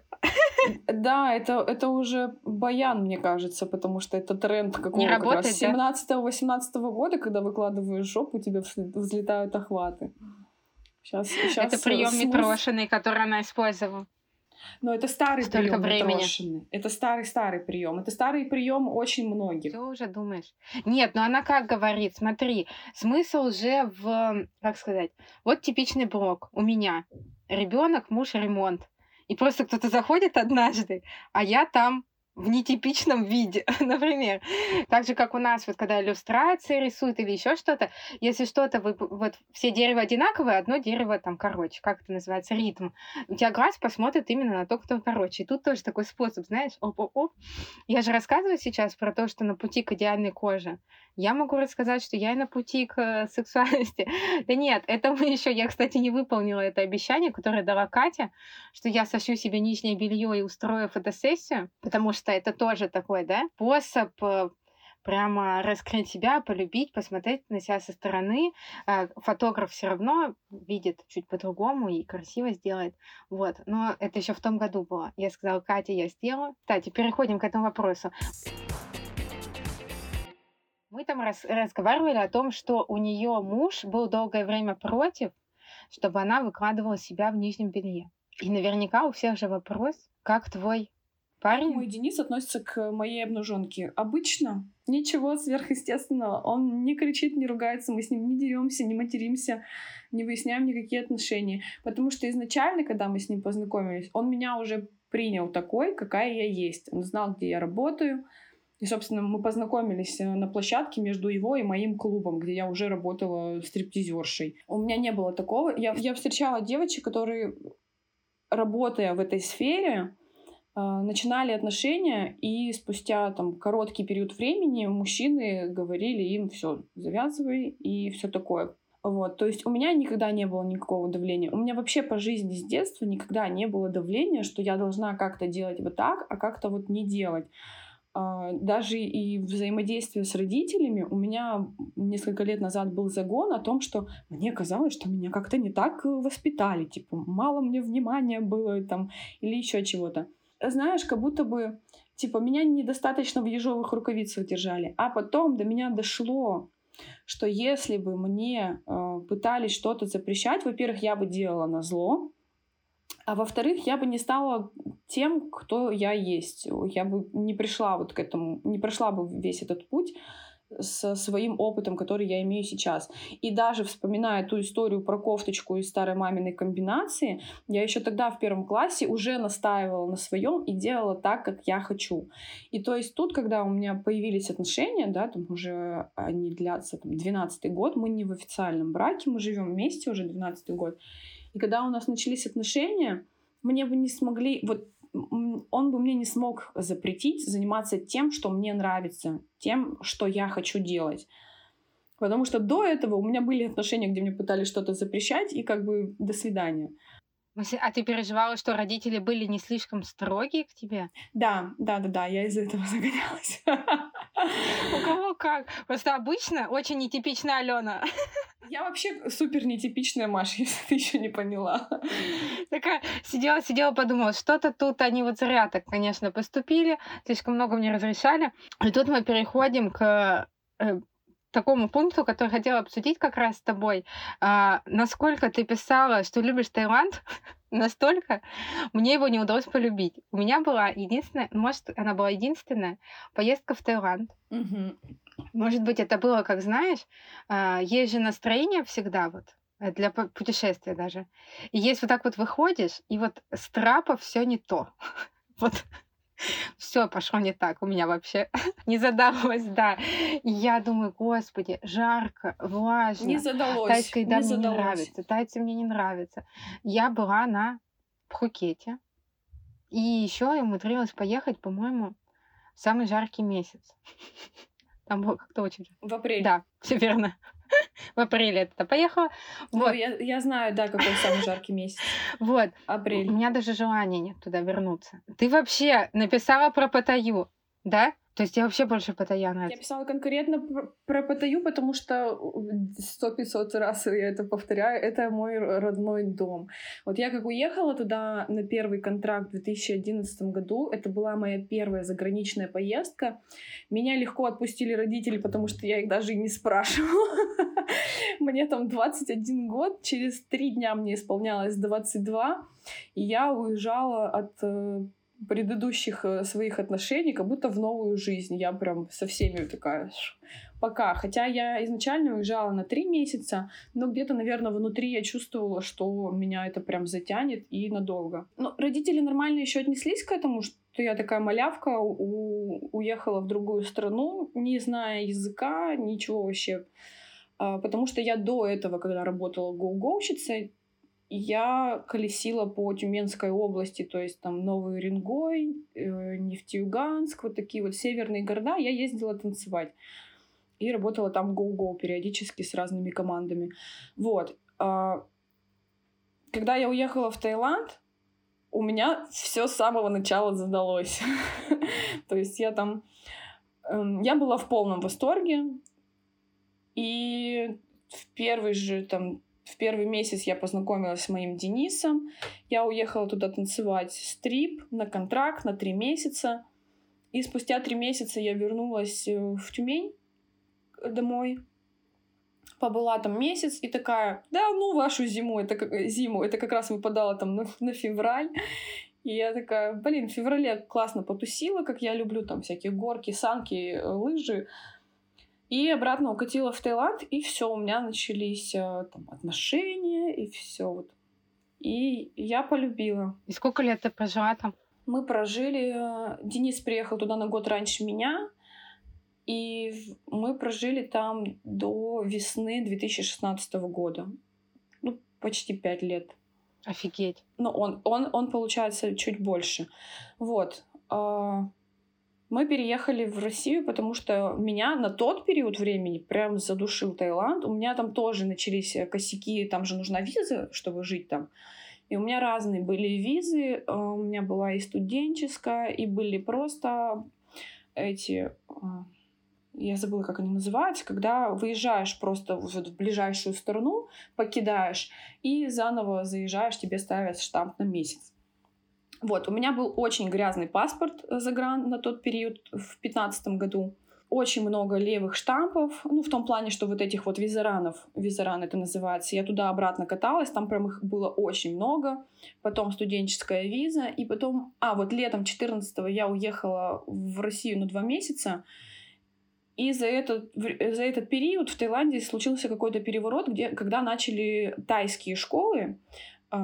Да, это, это уже баян, мне кажется, потому что это тренд какого-то как раз семнадцатого-восемнадцатого года, когда выкладываешь жопу, у тебя взле- взлетают охваты. Сейчас, сейчас Это прием смысл- Митрошиной, который она использовала. Но это старый Столько прием времени. Митрошиной. Это старый-старый прием. Это старый прием очень многих. Ты уже думаешь? Нет, но она как говорит, смотри, смысл же в, как сказать, вот типичный блог у меня. Ребенок, муж, ремонт. И просто кто-то заходит однажды, а я там в нетипичном виде, например. Так же, как у нас, вот когда иллюстрации рисуют или еще что-то, если что-то, вы, вот все дерева одинаковые, одно дерево там короче, как это называется, ритм. У тебя глаз посмотрит именно на то, кто короче. И тут тоже такой способ, знаешь, оп-оп-оп. Я же рассказываю сейчас про то, что на пути к идеальной коже. Я могу рассказать, что я и на пути к э, сексуальности. Да нет, это мы еще, я, кстати, не выполнила это обещание, которое дала Катя, что я сошью себе нижнее белье и устрою фотосессию, потому что это тоже такой, да, способ э, прямо раскрыть себя, полюбить, посмотреть на себя со стороны. Э, Фотограф все равно видит чуть по-другому и красиво сделает. Вот. Но это еще в том году было. Я сказала, Катя, я сделаю. Кстати, переходим к этому вопросу. Мы там раз- разговаривали о том, что у нее муж был долгое время против, чтобы она выкладывала себя в нижнем белье. И наверняка у всех же вопрос, как твой парень? Мой Денис относится к моей обнаженке обычно. Ничего сверхъестественного. Он не кричит, не ругается, мы с ним не деремся, не материмся, не выясняем никакие отношения. Потому что изначально, когда мы с ним познакомились, он меня уже принял такой, какая я есть. Он знал, где я работаю. И, собственно, мы познакомились на площадке между его и моим клубом, где я уже работала стриптизершей. У меня не было такого. Я, я встречала девочек, которые, работая в этой сфере, э, начинали отношения, и спустя там короткий период времени мужчины говорили им: все, завязывай и все такое. Вот, то есть у меня никогда не было никакого давления. У меня вообще по жизни с детства никогда не было давления, что я должна как-то делать вот так, а как-то вот не делать. Даже и взаимодействие с родителями, у меня несколько лет назад был загон о том, что мне казалось, что меня как-то не так воспитали, типа мало мне внимания было там или еще чего-то. Знаешь, как будто бы типа меня недостаточно в ежовых рукавицах держали. А потом до меня дошло, что если бы мне э, пытались что-то запрещать, во-первых, я бы делала назло, А во-вторых, я бы не стала тем, кто я есть. Я бы не пришла вот к этому, не прошла бы весь этот путь со своим опытом, который я имею сейчас. И даже вспоминая ту историю про кофточку из старой маминой комбинации, я еще тогда в первом классе уже настаивала на своем и делала так, как я хочу. И то есть тут, когда у меня появились отношения, да, там уже они длятся там, двенадцатый год, мы не в официальном браке, мы живем вместе уже двенадцатый год. И когда у нас начались отношения, мне бы не смогли, вот он бы мне не смог запретить заниматься тем, что мне нравится, тем, что я хочу делать. Потому что до этого у меня были отношения, где мне пытались что-то запрещать, и как бы до свидания. А ты переживала, что родители были не слишком строгие к тебе? Да, да, да, да, я из-за этого загонялась. У кого как? Просто обычно очень нетипичная Алена. Я вообще супер нетипичная Маша, если ты еще не поняла. Такая сидела, сидела, подумала, что-то тут они вот зря так, конечно, поступили, слишком много мне разрешали. И тут мы переходим к э, такому пункту, который хотела обсудить как раз с тобой. А, насколько ты писала, что любишь Таиланд, настолько мне его не удалось полюбить. У меня была единственная, может, она была единственная поездка в Таиланд. Мгм. Может быть, это было, как знаешь, а, есть же настроение всегда вот э, для pu- путешествия даже. И есть вот так вот выходишь, и вот с трапа все не то. Вот все пошло не так у меня вообще. Не задалось, да. И я думаю, господи, жарко, Не влажно. задалось, Тайская еда не мне не задалось. нравится, тайцы мне не нравятся. Я была на Пхукете. И еще я умудрилась поехать, по-моему, в самый жаркий месяц. Там было как-то очень жарко. В апреле. Да, все верно. В апреле я туда поехала. Ну, Вот, я, я знаю, да, какой самый жаркий месяц. вот. У Апрель. меня даже желания нет туда вернуться. Ты вообще написала про Паттайю, да? То есть я вообще больше Паттайя Я нравится. писала конкретно пр- про Паттайю, потому что сто-пятьсот раз я это повторяю, это мой р- родной дом. Вот я как уехала туда на первый контракт в две тысячи одиннадцатом году, это была моя первая заграничная поездка. Меня легко отпустили родители, потому что я их даже и не спрашивала. Мне там двадцать один год, через три дня мне исполнялось двадцать два, и я уезжала от э, предыдущих э, своих отношений как будто в новую жизнь. Я прям со всеми такая ш, пока. Хотя я изначально уезжала на три месяца, но где-то, наверное, внутри я чувствовала, что меня это прям затянет и надолго. Но родители нормально еще отнеслись к этому, что я такая малявка, у- уехала в другую страну, не зная языка, ничего вообще. А, Потому что я до этого, когда работала гоу-гоущицей, я колесила по Тюменской области, то есть там Новый Уренгой, э, Нефтеюганск, вот такие вот северные города. Я ездила танцевать и работала там гоу-гоу периодически с разными командами. Вот. А, Когда я уехала в Таиланд, у меня все с самого начала задалось. То есть я там... эм, Я была в полном восторге, и в первый же там в первый месяц я познакомилась с моим Денисом. Я уехала туда танцевать стрип на контракт на три месяца. И спустя три месяца я вернулась э, в Тюмень э, домой. Побыла там месяц и такая, да, ну, вашу зиму, это как, э, зиму, это как раз выпадало там на, на февраль. И я такая, блин, в феврале классно потусила, как я люблю, там всякие горки, санки, э, лыжи. И обратно укатила в Таиланд, и все, у меня начались э, там, отношения, и все вот. И я полюбила. И сколько лет ты прожила там? Мы прожили... э, Денис приехал туда на год раньше меня, и в- мы прожили там до весны две тысячи шестнадцатого года. Ну, почти пять лет. Офигеть. Ну, он, он, он, получается, чуть больше. Вот. а, Мы переехали в Россию, потому что меня на тот период времени прям задушил Таиланд. У меня там тоже начались э, косяки, там же нужна виза, чтобы жить там. И у меня разные были визы. э, У меня была и студенческая, и были просто эти... а, Я забыла, как они называются, когда выезжаешь просто вот в ближайшую страну, покидаешь, и заново заезжаешь, тебе ставят штамп на месяц. Вот, у меня был очень грязный паспорт загран на тот период, в пятнадцатом году. очень много левых штампов, ну, в том плане, что вот этих вот визаранов, визаран это называется, я туда-обратно каталась, там прям их было очень много, потом студенческая виза, и потом, а, вот летом четырнадцатого я уехала в Россию на два месяца, и за этот, за этот период в Таиланде случился какой-то переворот, где, когда начали тайские школы, э,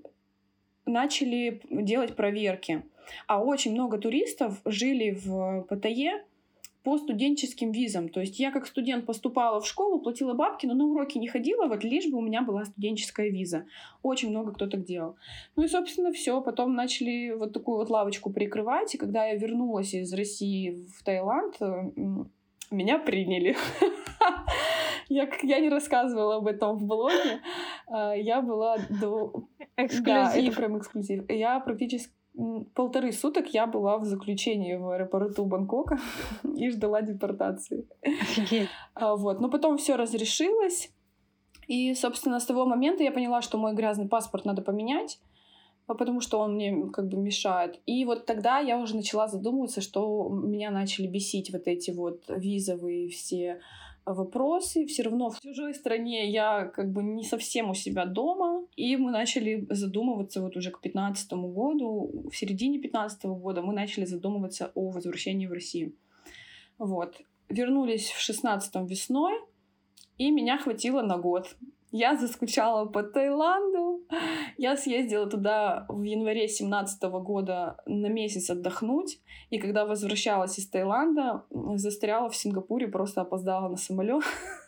начали делать проверки, а очень много туристов жили в Паттайе по студенческим визам. То есть я как студент поступала в школу, платила бабки, но на уроки не ходила, вот лишь бы у меня была студенческая виза. Очень много кто так делал. Ну и, собственно, все. Потом начали вот такую вот лавочку прикрывать. И когда я вернулась из России в Таиланд, меня приняли. Я, я не рассказывала об этом в блоге. Я была до... Эксклюзив. Да, это прям эксклюзив. Я практически полторы суток я была в заключении в аэропорту Бангкока и ждала депортации. Офигеть. А, вот. Но потом все разрешилось. И, собственно, с того момента я поняла, что мой грязный паспорт надо поменять, потому что он мне как бы мешает. И вот тогда я уже начала задумываться, что меня начали бесить вот эти вот визовые все вопросы. Все равно в чужой стране я как бы не совсем у себя дома. И мы начали задумываться вот уже к пятнадцатому году, в середине пятнадцатого года мы начали задумываться о возвращении в Россию. Вот. Вернулись в шестнадцатом весной, и меня хватило на год. Я заскучала по Таиланду. Я съездила туда в январе семнадцатого года на месяц отдохнуть. И когда возвращалась из Таиланда, застряла в Сингапуре, просто опоздала на самолет.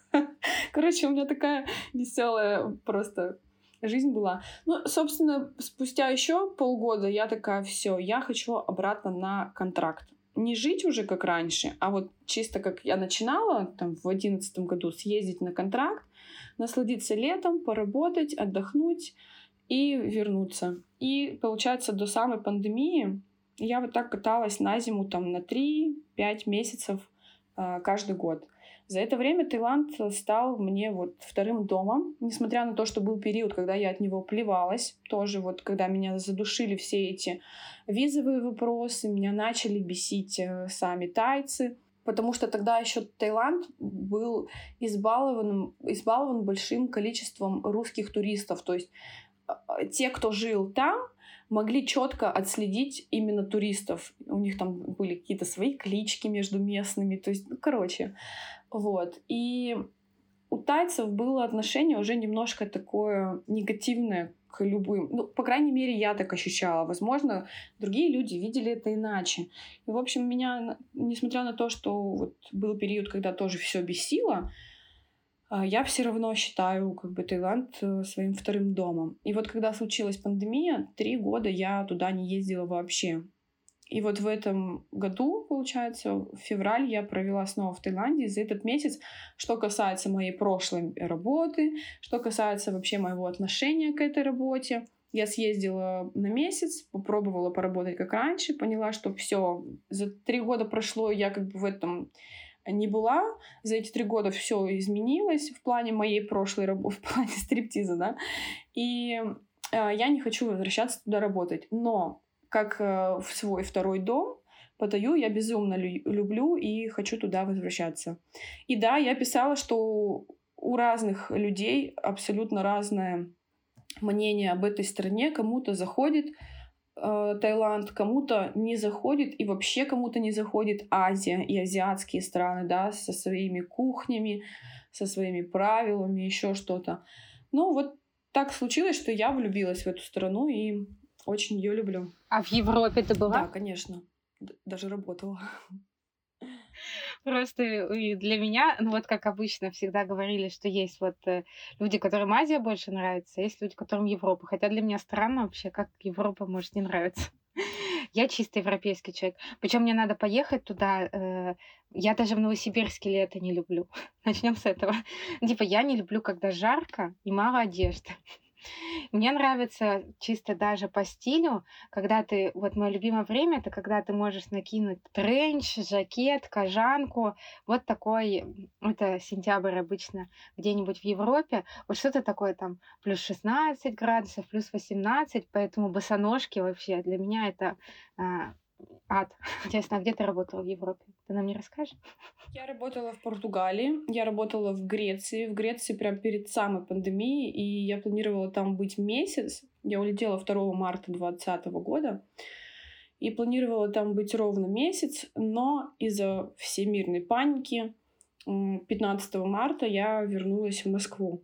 Короче, у меня такая веселая просто жизнь была. Ну, собственно, спустя еще полгода я такая: все, я хочу обратно на контракт. Не жить уже как раньше, а вот чисто как я начинала там в одиннадцатом году съездить на контракт, насладиться летом, поработать, отдохнуть и вернуться. И, получается, до самой пандемии я вот так каталась на зиму там на три-пять месяцев э, каждый год. За это время Таиланд стал мне вот вторым домом, несмотря на то, что был период, когда я от него плевалась. Тоже вот когда меня задушили все эти визовые вопросы, меня начали бесить э, сами тайцы. Потому что тогда еще Таиланд был избалован, избалован большим количеством русских туристов. То есть те, кто жил там, могли четко отследить именно туристов. У них там были какие-то свои клички между местными. То есть, ну, короче, вот. И у тайцев было отношение уже немножко такое негативное к любым. Ну, по крайней мере, я так ощущала. Возможно, другие люди видели это иначе. И, в общем, меня, несмотря на то, что вот был период, когда тоже все бесило, я все равно считаю как бы Таиланд своим вторым домом. И вот когда случилась пандемия, три года я туда не ездила вообще. И вот в этом году, получается, в февраль я провела снова в Таиланде. За этот месяц, что касается моей прошлой работы, что касается вообще моего отношения к этой работе, я съездила на месяц, попробовала поработать как раньше, поняла, что все, за три года прошло, я как бы в этом не была. За эти три года все изменилось в плане моей прошлой работы, в плане стриптиза, да. И э, я не хочу возвращаться туда работать. Но как э, в свой второй дом, Паттайю я безумно лю- люблю и хочу туда возвращаться. И да, я писала, что у разных людей абсолютно разное мнение об этой стране. Кому-то заходит э, Таиланд, кому-то не заходит, и вообще кому-то не заходит Азия и азиатские страны, да, со своими кухнями, со своими правилами, еще что-то. Ну вот так случилось, что я влюбилась в эту страну и очень ее люблю. А в Европе ты была? Да, конечно. Д- даже работала. Просто и для меня, ну вот как обычно всегда говорили, что есть вот э, люди, которым Азия больше нравится, а есть люди, которым Европа. Хотя для меня странно вообще, как Европа может не нравиться. Я чисто европейский человек. Причем мне надо поехать туда. э, Я даже в Новосибирске лето не люблю. Начнем с этого. Типа я не люблю, когда жарко и мало одежды. Мне нравится чисто даже по стилю, когда ты, вот мое любимое время, это когда ты можешь накинуть тренч, жакет, кожанку, вот такой, м, это сентябрь обычно где-нибудь в Европе, вот что-то такое там плюс шестнадцать градусов, плюс восемнадцать, поэтому босоножки вообще для меня это а, ад. Интересно, а где ты работала в Европе? Ты нам не расскажешь? Я работала в Португалии, я работала в Греции. В Греции прям перед самой пандемией, и я планировала там быть месяц. Я улетела второго марта двадцатого года и планировала там быть ровно месяц, но из-за всемирной паники пятнадцатого марта я вернулась в Москву.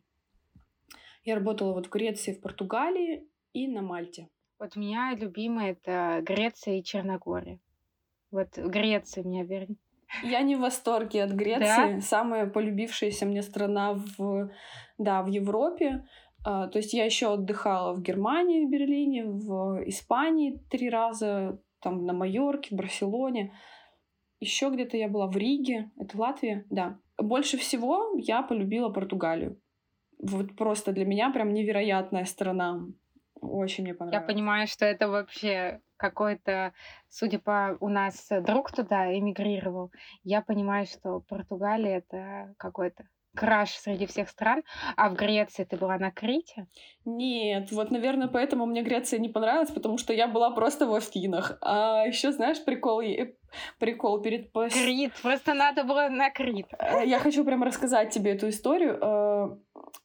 Я работала вот в Греции, в Португалии и на Мальте. Вот у меня любимые это Греция и Черногория. Вот Греция меня вернее. Я не в восторге от Греции. Да? Самая полюбившаяся мне страна в, да, в Европе. А, то есть я еще отдыхала в Германии, в Берлине, в Испании три раза, там на Майорке, в Барселоне. Еще где-то я была в Риге. Это Латвия? Да. Больше всего я полюбила Португалию. Вот просто для меня прям невероятная страна. Очень мне понравилось. Я понимаю, что это вообще какой-то, судя по у нас друг туда эмигрировал, я понимаю, что Португалия это какой-то краш среди всех стран. А в Греции ты была на Крите? Нет, вот, наверное, поэтому мне Греция не понравилась, потому что я была просто в Афинах. А еще, знаешь, прикол, прикол перед... Крит, просто надо было на Крит. Я хочу прям рассказать тебе эту историю.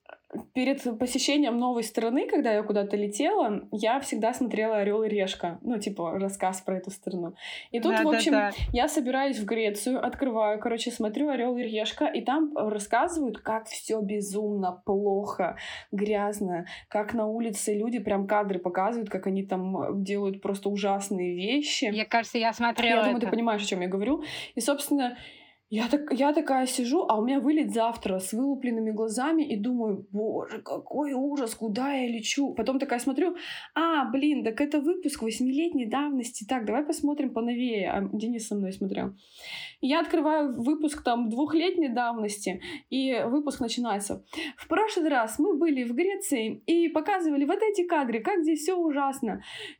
Перед посещением новой страны, когда я куда-то летела, я всегда смотрела «Орел и решка», ну, типа, рассказ про эту страну. И тут, да, в общем, да, да. я собираюсь в Грецию, открываю, короче, смотрю «Орел и решка», и там рассказывают, как все безумно плохо, грязно, как на улице люди прям кадры показывают, как они там делают просто ужасные вещи. Мне кажется, я смотрела Я думаю, это. Ты понимаешь, о чем я говорю. И, собственно, Я, так, я такая сижу, а у меня вылет завтра с вылупленными глазами и думаю, боже, какой ужас, куда я лечу? Потом такая смотрю, а, блин, так это выпуск восьмилетней давности. Так, давай посмотрим поновее. А Денис со мной смотрел. И я открываю выпуск там двухлетней давности, и выпуск начинается. В прошлый раз мы были в Греции и показывали вот эти кадры, как здесь все ужасно.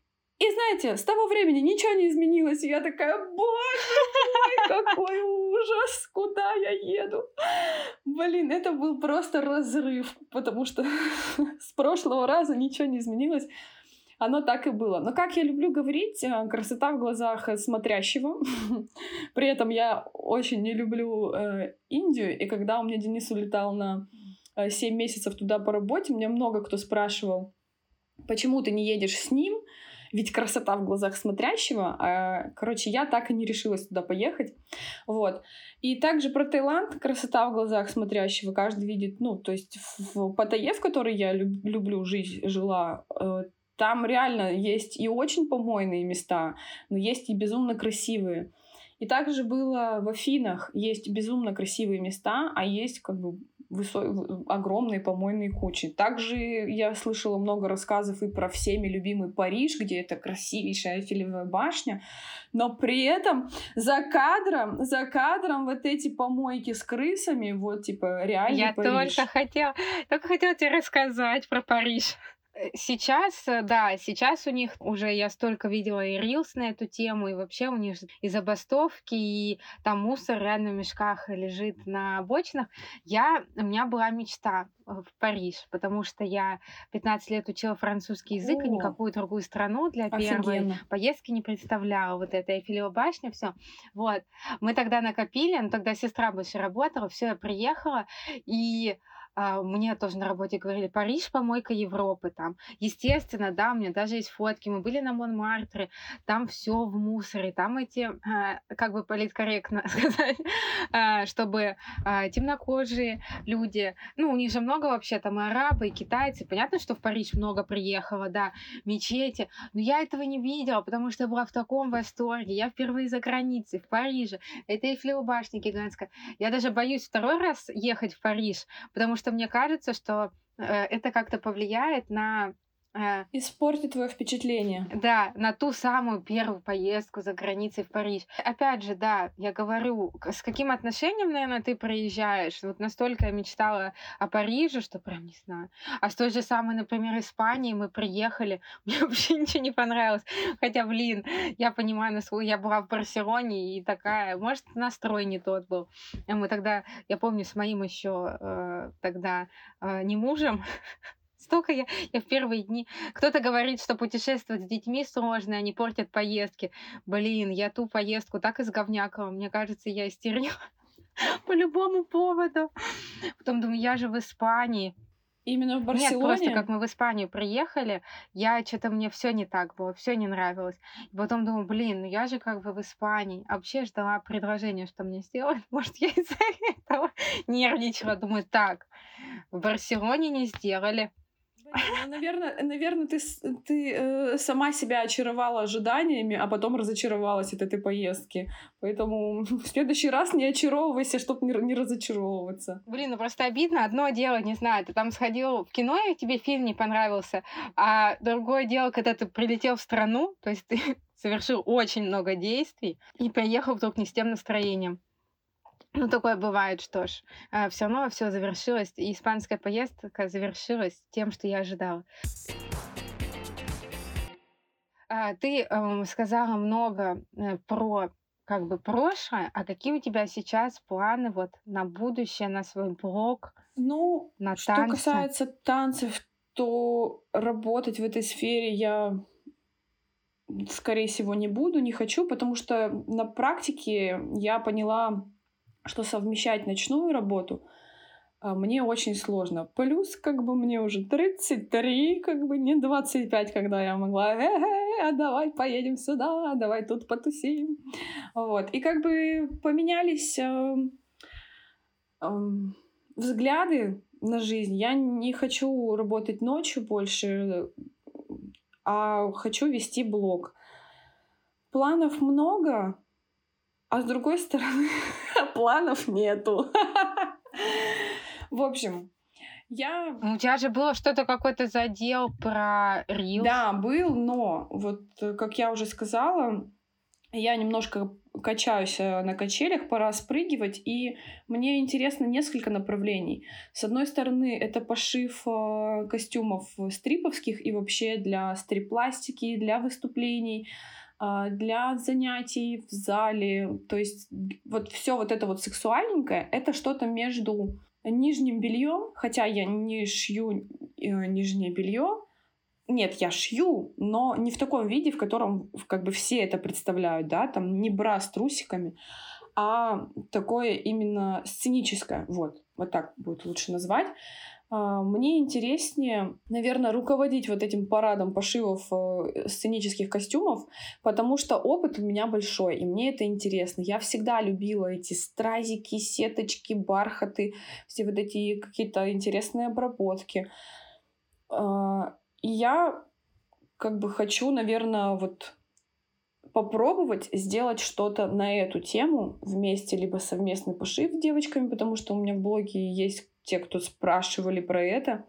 И знаете, с того времени ничего не изменилось. И я такая, боже мой, какой ужас, куда я еду? Блин, это был просто разрыв, потому что с прошлого раза ничего не изменилось. Оно так и было. Но как я люблю говорить, красота в глазах смотрящего. При этом я очень не люблю э, Индию. И когда у меня Денис улетал на э, семь месяцев туда по работе, мне много кто спрашивал, почему ты не едешь с ним? Ведь красота в глазах смотрящего. А, короче, я так и не решилась туда поехать. Вот. И также про Таиланд. Красота в глазах смотрящего. Каждый видит, ну, то есть в Паттайе, в которой я люб- люблю жить, жила, э, там реально есть и очень помойные места, но есть и безумно красивые. И также было в Афинах. Есть безумно красивые места, а есть как бы высо- огромные помойные кучи. Также я слышала много рассказов и про всеми любимый Париж, где это красивейшая Эйфелевая башня, но при этом за кадром, за кадром вот эти помойки с крысами, вот типа реальный я Париж. Я только хотела, только хотела тебе рассказать про Париж. Сейчас, да, сейчас у них уже я столько видела и рилс на эту тему, и вообще у них и забастовки, и там мусор реально в мешках лежит на обочинах. Я, у меня была мечта в Париж, потому что я пятнадцать лет учила французский язык, О, и никакую другую страну для первой офигенно. Поездки не представляла. Вот эта Эйфелева башня, все. Вот. Мы тогда накопили, но тогда сестра больше работала, все, я приехала, и Uh, мне тоже на работе говорили, Париж помойка Европы там. Естественно, да, у меня даже есть фотки. Мы были на Монмартре, там все в мусоре, там эти, uh, как бы политкорректно сказать, uh, чтобы uh, темнокожие люди, ну, у них же много вообще, там и арабы, и китайцы. Понятно, что в Париж много приехало, да, мечети. Но я этого не видела, потому что я была в таком восторге. Я впервые за границей, в Париже. Это Эйфелева башня гигантская. Я даже боюсь второй раз ехать в Париж, потому что что мне кажется, что э, это как-то повлияет на... Э, Испортит твое впечатление. Да, на ту самую первую поездку за границей в Париж. Опять же, да, я говорю, с каким отношением, наверное, ты приезжаешь? Вот настолько я мечтала о Париже, что прям не знаю. А с той же самой, например, Испании мы приехали, мне вообще ничего не понравилось. Хотя, блин, я понимаю, я была в Барселоне и такая, может, настрой не тот был. Мы тогда, я помню, с моим еще э, тогда э, не мужем, Столько я, я в первые дни... Кто-то говорит, что путешествовать с детьми сложно, они портят поездки. Блин, я ту поездку так изговнякала. Мне кажется, я истерила по любому поводу. Потом думаю, я же в Испании. Именно в Нет, просто Барселоне? как мы в Испанию приехали, я что-то мне все не так было, все не нравилось. И потом думаю, блин, ну я же как бы в Испании. А вообще ждала предложения, что мне сделают. Может, я из-за этого нервничала. Думаю, так, в Барселоне не сделали. Блин, ну, наверное, наверное, ты, с- ты э, сама себя очаровала ожиданиями, а потом разочаровалась от этой поездки. Поэтому в следующий раз не очаровывайся, чтобы не, р- не разочаровываться. Блин, ну просто обидно. Одно дело, не знаю, ты там сходил в кино, и тебе фильм не понравился, а другое дело, когда ты прилетел в страну, то есть ты совершил очень много действий и приехал вдруг не с тем настроением. Ну, такое бывает, что ж. Все равно все завершилось, и испанская поездка завершилась тем, что я ожидала. А, Ты эм, сказала много э, про как бы прошлое, а какие у тебя сейчас планы вот на будущее, на свой блог, Ну, на что танцы? касается танцев, то работать в этой сфере я, м, скорее всего, не буду, не хочу, потому что на практике я поняла, что совмещать ночную работу а, мне очень сложно. Плюс, как бы мне уже тридцать три, как бы не двадцать пять, когда я могла, «Э-э, а давай поедем сюда, давай тут потусим». Вот. И как бы поменялись эм, эм, взгляды на жизнь. Я не хочу работать ночью больше, а хочу вести блог. Планов много, а с другой стороны, планов нету. В общем, я... У тебя же было что-то, какой-то задел про Reels. Да, был, но вот, э, как я уже сказала, я немножко качаюсь э, на качелях, пора спрыгивать, и мне интересно несколько направлений. С одной стороны, это пошив э, костюмов стриповских и вообще для стрип-пластики, для выступлений, а, для занятий в зале. То есть г- вот все вот это вот сексуальненькое, это что-то между нижним бельем, хотя я не шью э, нижнее белье. Нет, я шью, но не в таком виде, в котором в- как бы все это представляют, да, там не бра с трусиками, а такое именно сценическое, вот, вот так будет лучше назвать. А, Мне интереснее, наверное, руководить вот этим парадом пошивов э, сценических костюмов, потому что опыт у меня большой, и мне это интересно. Я всегда любила эти стразики, сеточки, бархаты, все вот эти какие-то интересные обработки. А, И я как бы хочу, наверное, вот попробовать сделать что-то на эту тему вместе, либо совместный пошив с девочками, потому что у меня в блоге есть те, кто спрашивали про это.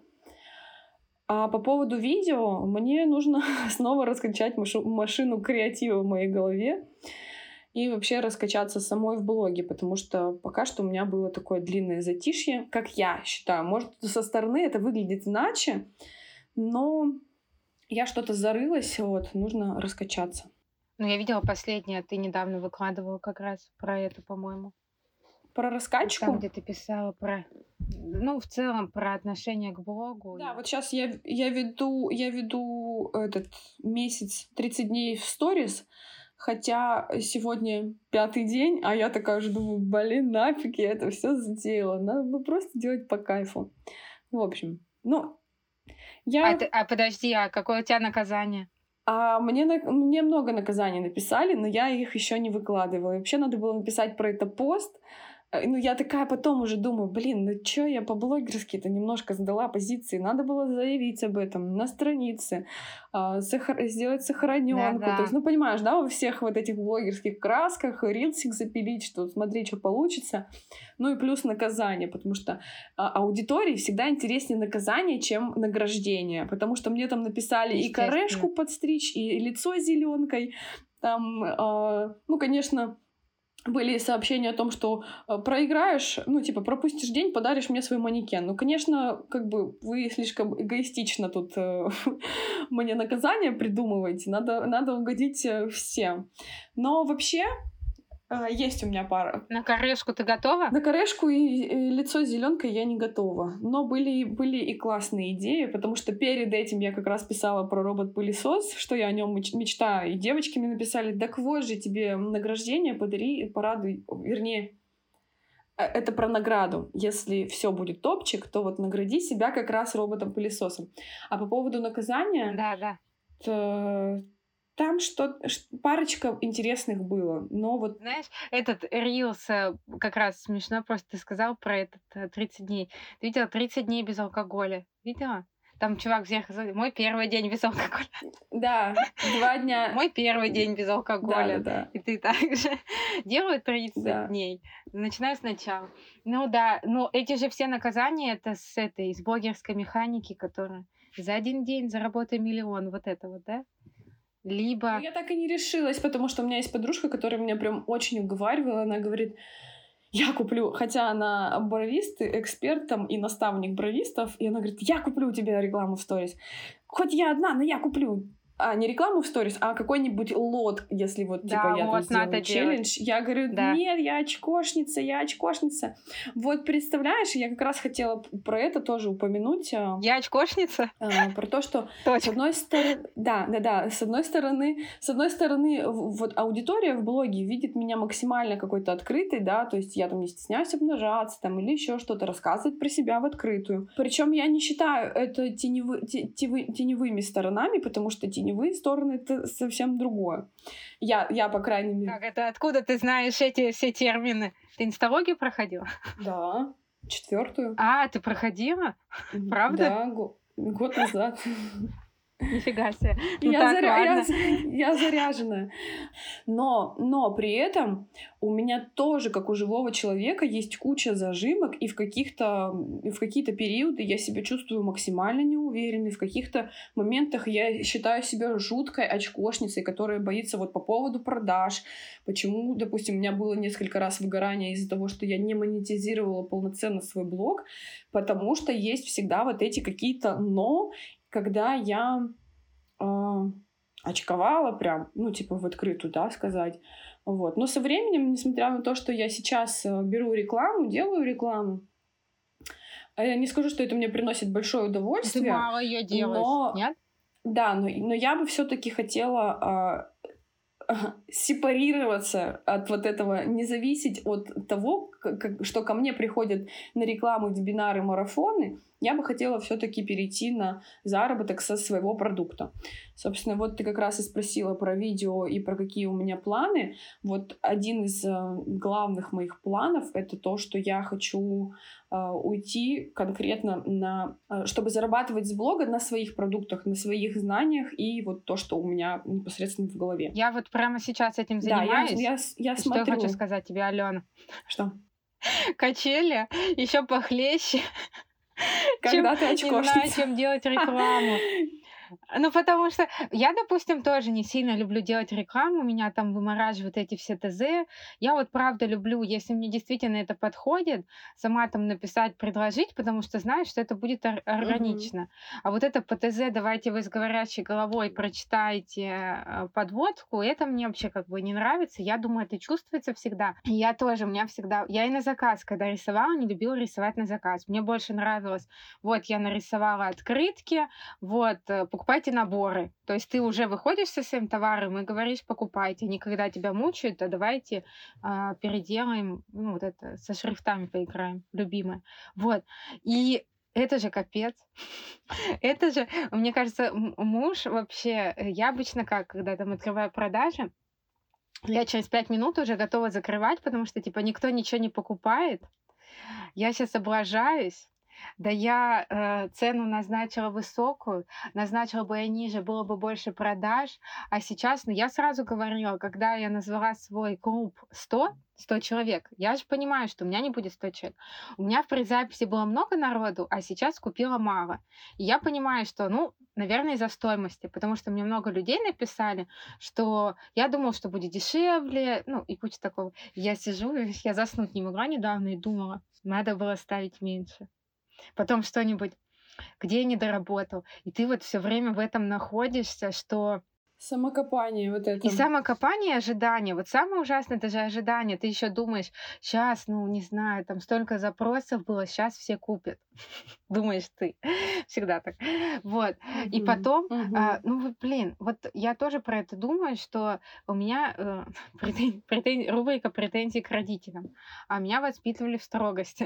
А по поводу видео мне нужно снова раскачать машу- машину креатива в моей голове и вообще раскачаться самой в блоге, потому что пока что у меня было такое длинное затишье, как я считаю. Может, со стороны это выглядит иначе, но я что-то зарылась, вот, нужно раскачаться. Ну, я видела последнее, ты недавно выкладывала как раз про это, по-моему. Про Там, раскачку? где ты писала про, ну, в целом про отношение к блогу. Да, и- вот сейчас я, я веду, я веду этот месяц тридцать дней в сторис, хотя сегодня пятый день, а я такая уже думаю, блин, нафиг я это все затеяла, надо было просто делать по кайфу. В общем, ну, А, я... ты, а подожди, а какое у тебя наказание? А мне, на- мне много наказаний написали, но я их еще не выкладывала. И вообще надо было написать про это пост. Э, Ну, я такая потом уже думаю, блин, ну чё, я по-блогерски-то немножко сдала позиции. Надо было заявить об этом на странице, а, сохр- сделать сохраненку. То Да-да. есть, ну, понимаешь, да, во всех вот этих блогерских красках, рилсик запилить, что смотри, что получится. Ну и плюс наказание, потому что а, аудитории всегда интереснее наказание, чем награждение. Потому что мне там написали и Естественно. корешку подстричь, и лицо зеленкой. Там, а, ну, конечно, были сообщения о том, что э, проиграешь, ну, типа, пропустишь день, подаришь мне свой манекен. Ну, конечно, как бы вы слишком эгоистично тут э, мне наказание придумываете. Надо, надо угодить э, всем. Но вообще, А, Есть у меня пара. На корешку ты готова? На корешку и и лицо зеленкой я не готова. Но были, были и классные идеи, потому что перед этим я как раз писала про робот-пылесос, что я о нем мечтаю. И девочки мне написали: так вот же тебе награждение, подари, порадуй. Вернее, э, это про награду. Если все будет топчик, то вот награди себя как раз роботом-пылесосом. А по поводу наказания, Да, да. то там что ш- парочка интересных было. Но вот Знаешь, этот Рилс э, как раз смешно, просто ты сказал про этот э, тридцать дней. Ты видела тридцать дней без алкоголя? Видела? Там чувак в зеркало: мой первый день без алкоголя. да, два дня. Мой первый день без Да, да, алкоголя. да. И ты также делают тридцать Да. дней. Начинаю сначала. Ну да, ну эти же все наказания это с этой, с блогерской механики, которая за один день заработай миллион, вот это вот, да? Но Либо я так и не решилась, потому что у меня есть подружка, которая меня прям очень уговаривала. Она говорит: я куплю, хотя она бровист, эксперт там и наставник бровистов, и она говорит: я куплю тебе рекламу в сторис. Хоть я одна, но я куплю. А не рекламу в сторис, а какой-нибудь лот, если вот типа да, я там вот надо сделаю делать. челлендж. Я говорю: Да. нет, я очкошница, я очкошница. Вот представляешь, я как раз хотела п- про это тоже упомянуть. а, Я очкошница? а, Про то, что с Точка. одной стороны, да, да, да, с одной стороны, с одной стороны, в- вот аудитория в блоге видит меня максимально какой-то открытой, да, то есть я там не стесняюсь обнажаться там или еще что-то, рассказывать про себя в открытую. Причем я не считаю это теневы- те- тевы- теневыми сторонами, потому что теневые стороны это совсем другое. Я, я по крайней мере, Так, это откуда ты знаешь эти все термины? Ты инсталогию проходила? да, четвертую, А, ты проходила? Правда? да, го- год назад. Нифига себе. Ну Я, так, заря- я ладно. за- я заряженная. Но, но при этом у меня тоже, как у живого человека, есть куча зажимок, и в каких-то и в какие-то периоды я себя чувствую максимально неуверенной, в каких-то моментах я считаю себя жуткой очкошницей, которая боится вот по поводу продаж. Почему, допустим, у меня было несколько раз выгорание из-за того, что я не монетизировала полноценно свой блог, потому что есть всегда вот эти какие-то «но», когда я а, очковала прям, ну, типа в открытую, да, сказать. Вот. Но со временем, несмотря на то, что я сейчас э, беру рекламу, делаю рекламу, а я не скажу, что это мне приносит большое Ты удовольствие, мало ее делаешь, но нет? да, но, но я бы все-таки хотела а, сепарироваться от вот этого, не зависеть от того, как- как- что ко мне приходят на рекламу, вебинары, марафоны. Я бы хотела все-таки перейти на заработок со своего продукта. Собственно, вот ты как раз и спросила про видео и про какие у меня планы. Вот один из э, главных моих планов — это то, что я хочу э, уйти конкретно на... э, чтобы зарабатывать с блога на своих продуктах, на своих знаниях и вот то, что у меня непосредственно в голове. Я вот прямо сейчас этим Да, я, занимаюсь. я, с- я И что я смотрю. хочу сказать тебе, Алена? Что? Качели еще похлеще, чем, Когда ты не знаю, очкошница? чем делать рекламу. Ну, потому что я, допустим, тоже не сильно люблю делать рекламу, меня там вымораживают эти все ТЗ. Я вот правда люблю, если мне действительно это подходит, сама там написать, предложить, потому что знаю, что это будет ор- Мгм. органично. А вот это по ТЗ, давайте вы с говорящей головой прочитайте э, подводку, это мне вообще как бы не нравится. Я думаю, это чувствуется всегда. И я тоже, у меня всегда... Я и на заказ, когда рисовала, не любила рисовать на заказ. Мне больше нравилось, вот я нарисовала открытки, вот, э, покупайте наборы. То есть ты уже выходишь со своим товаром и говоришь, покупайте. Не когда тебя мучают, а давайте а, переделаем, ну, вот это, со шрифтами поиграем, любимое. Вот. И это же капец. Это же, мне кажется, м- муж вообще, э, я обычно как, когда там открываю продажи, я через пять минут уже готова закрывать, потому что, типа, никто ничего не покупает. Я сейчас облажаюсь. Да я э, цену назначила высокую, назначила бы я ниже, было бы больше продаж. А сейчас, ну я сразу говорила, когда я назвала свой клуб сто, сто человек, я же понимаю, что у меня не будет сто человек. У меня в предзаписи было много народу, а сейчас купила мало. И я понимаю, что, ну, наверное, из-за стоимости, потому что мне много людей написали, что я думала, что будет дешевле, ну, и куча такого. Я сижу, и я заснуть не могла недавно и думала, надо было ставить меньше. Потом что-нибудь, где я не доработал. И ты вот все время в этом находишься, что Самокопание вот это. И самокопание, ожидание. Вот самое ужасное, это же ожидание. Ты еще думаешь, сейчас, ну, не знаю, там столько запросов было, сейчас все купят. Думаешь ты. Всегда так. Вот. И Мгм, потом, мгм. а, ну, вот, блин, вот я тоже про это думаю, что у меня э, претен- претен- рубрика претензий к родителям. А меня воспитывали в строгости.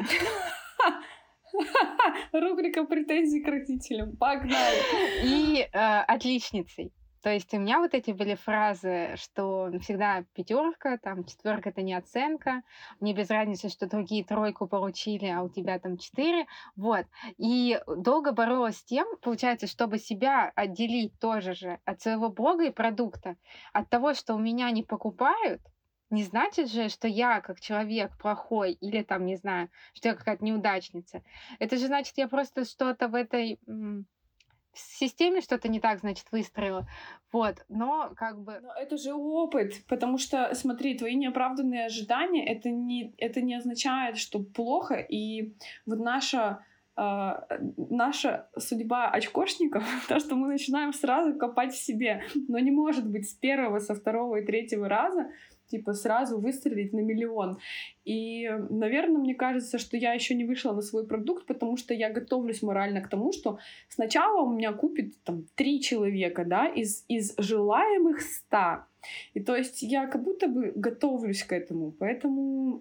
Рубрика претензий к родителям. Погнали. И э, отличницей. То есть у меня вот эти были фразы, что всегда пятерка, там четверка это не оценка, мне без разницы, что другие тройку получили, а у тебя там четыре, вот. И долго боролась с тем, получается, чтобы себя отделить тоже же от своего блога и продукта, от того, что у меня не покупают. Не значит же, что я как человек плохой или там, не знаю, что я какая-то неудачница. Это же значит, я просто что-то в этой м, в системе что-то не так, значит, выстроила. Вот, но как бы... Но это же опыт, потому что, смотри, твои неоправданные ожидания, это не, это не означает, что плохо, и вот наша, э, наша судьба очкошников, то, что мы начинаем сразу копать в себе, но не может быть с первого, со второго и третьего раза типа сразу выстрелить на миллион. И, наверное, мне кажется, что я еще не вышла на свой продукт, потому что я готовлюсь морально к тому, что сначала у меня купит там три человека, да, из, из желаемых ста. И то есть я как будто бы готовлюсь к этому. Поэтому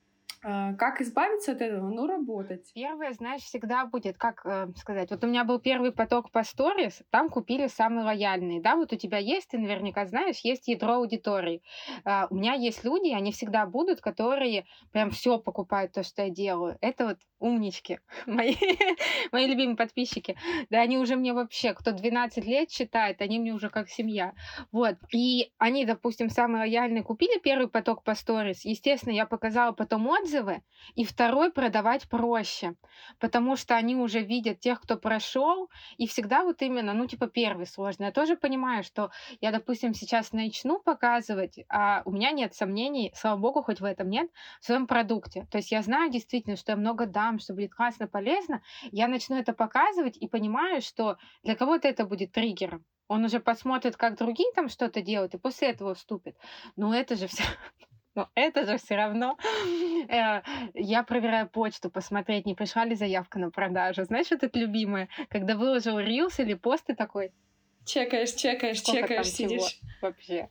э, как избавиться от этого? Ну, работать. Первое, знаешь, всегда будет, как э, сказать, вот у меня был первый поток по сторис, там купили самые лояльные, да, вот у тебя есть, ты наверняка знаешь, есть ядро аудитории. А, у меня есть люди, они всегда будут, которые прям все покупают, то, что я делаю. Это вот умнички, мои, мои любимые подписчики. Да, они уже мне вообще, кто двенадцать лет читает, они мне уже как семья. Вот. И они, допустим, самые лояльные купили первый поток по сторис. Естественно, я показала потом отзывы, и второй продавать проще, потому что они уже видят тех, кто прошел, и всегда вот именно, ну, типа, первый сложный. Я тоже понимаю, что я, допустим, сейчас начну показывать, а у меня нет сомнений, слава богу, хоть в этом нет, в своем продукте. То есть я знаю действительно, что я много дам, что будет классно, полезно. Я начну это показывать и понимаю, что для кого-то это будет триггером. Он уже посмотрит, как другие там что-то делают, и после этого вступит. Но это же все... Но это же все равно э, я проверяю почту, посмотреть, не пришла ли заявка на продажу. Знаешь, вот это любимое, когда выложил рилс или пост, ты такой... Чекаешь, чекаешь, Сколько чекаешь, там чего сидишь. вообще.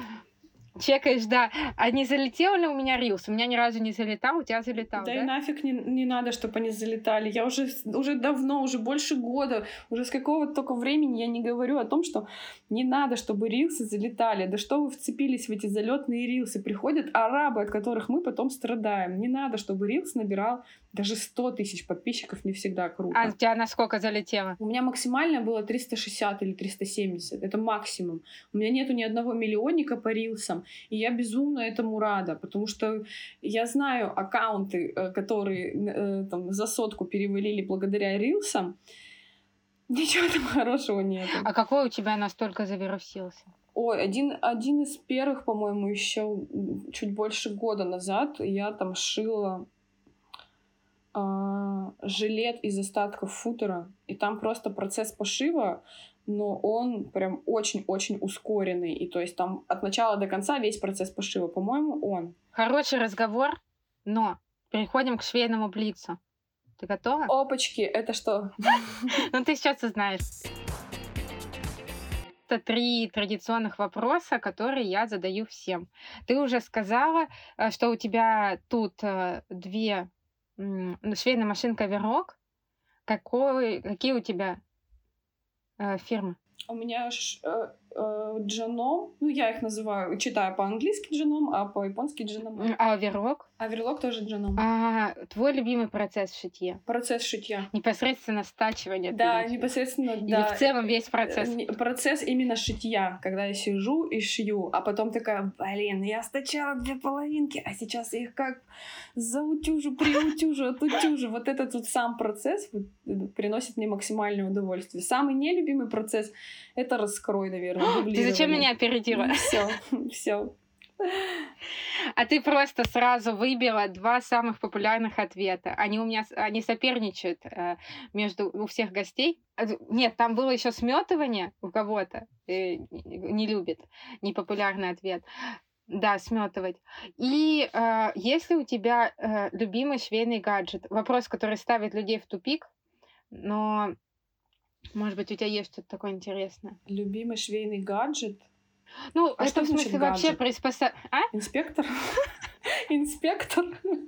Чекаешь, да. А не залетел ли у меня рилс? У меня ни разу не залетал, у тебя залетал, Да, да? и нафиг не, не надо, чтобы они залетали. Я уже, уже давно, уже больше года, уже с какого-то только времени я не говорю о том, что не надо, чтобы рилсы залетали. Да что вы вцепились в эти залетные рилсы? Приходят арабы, от которых мы потом страдаем. Не надо, чтобы рилс набирал даже сто тысяч подписчиков, не всегда круто. А у тебя на сколько залетело? У меня максимальное было триста шестьдесят или триста семьдесят. Это максимум. У меня нету ни одного миллионника по рилсам. И я безумно этому рада, потому что я знаю аккаунты, которые э, там, за сотку перевалили благодаря рилсам. Ничего там хорошего нет. А какой у тебя настолько завирусился? Ой, один, один из первых, по-моему, еще чуть больше года назад я там шила а, жилет из остатков футера, и там просто процесс пошива, но он прям очень-очень ускоренный, и то есть там от начала до конца весь процесс пошива, по-моему, он. Хороший разговор, но переходим к швейному блицу. Ты готова? Опачки, это что? Ну, ты сейчас узнаешь. Это три традиционных вопроса, которые я задаю всем. Ты уже сказала, что у тебя тут две швейная машинка Верок. Какой, какие у тебя э, фирмы? У меня ш, э, э, Джаном, ну я их называю, читаю по-английски Джаном, а по-японски Джаном. А Оверлок? Оверлок тоже Джаном. А твой любимый процесс в шитье? Процесс шитья. Непосредственно стачивание. Да, непосредственно, Или да. в целом весь процесс? Процесс именно шитья, когда я сижу и шью, а потом такая, блин, я сначала две половинки, а сейчас я их как заутюжу, приутюжу, отутюжу. Вот этот вот сам процесс приносит мне максимальное удовольствие. Самый нелюбимый процесс — это раскрой, наверное, дублирование. Ты зачем меня опередила? Все, все. А ты просто сразу выбила два самых популярных ответа. Они у меня с- они соперничают э, между у всех гостей. А, д- Нет, там было еще сметывание у кого-то. э, Не любит непопулярный ответ. Да, сметывать. И э, если у тебя э, любимый швейный гаджет, вопрос, который ставит людей в тупик, но, может быть, у тебя есть что-то такое интересное. Любимый швейный гаджет? Ну, А это что в значит смысле вообще гаджет? приспособ... А? Инспектор? Инспектор?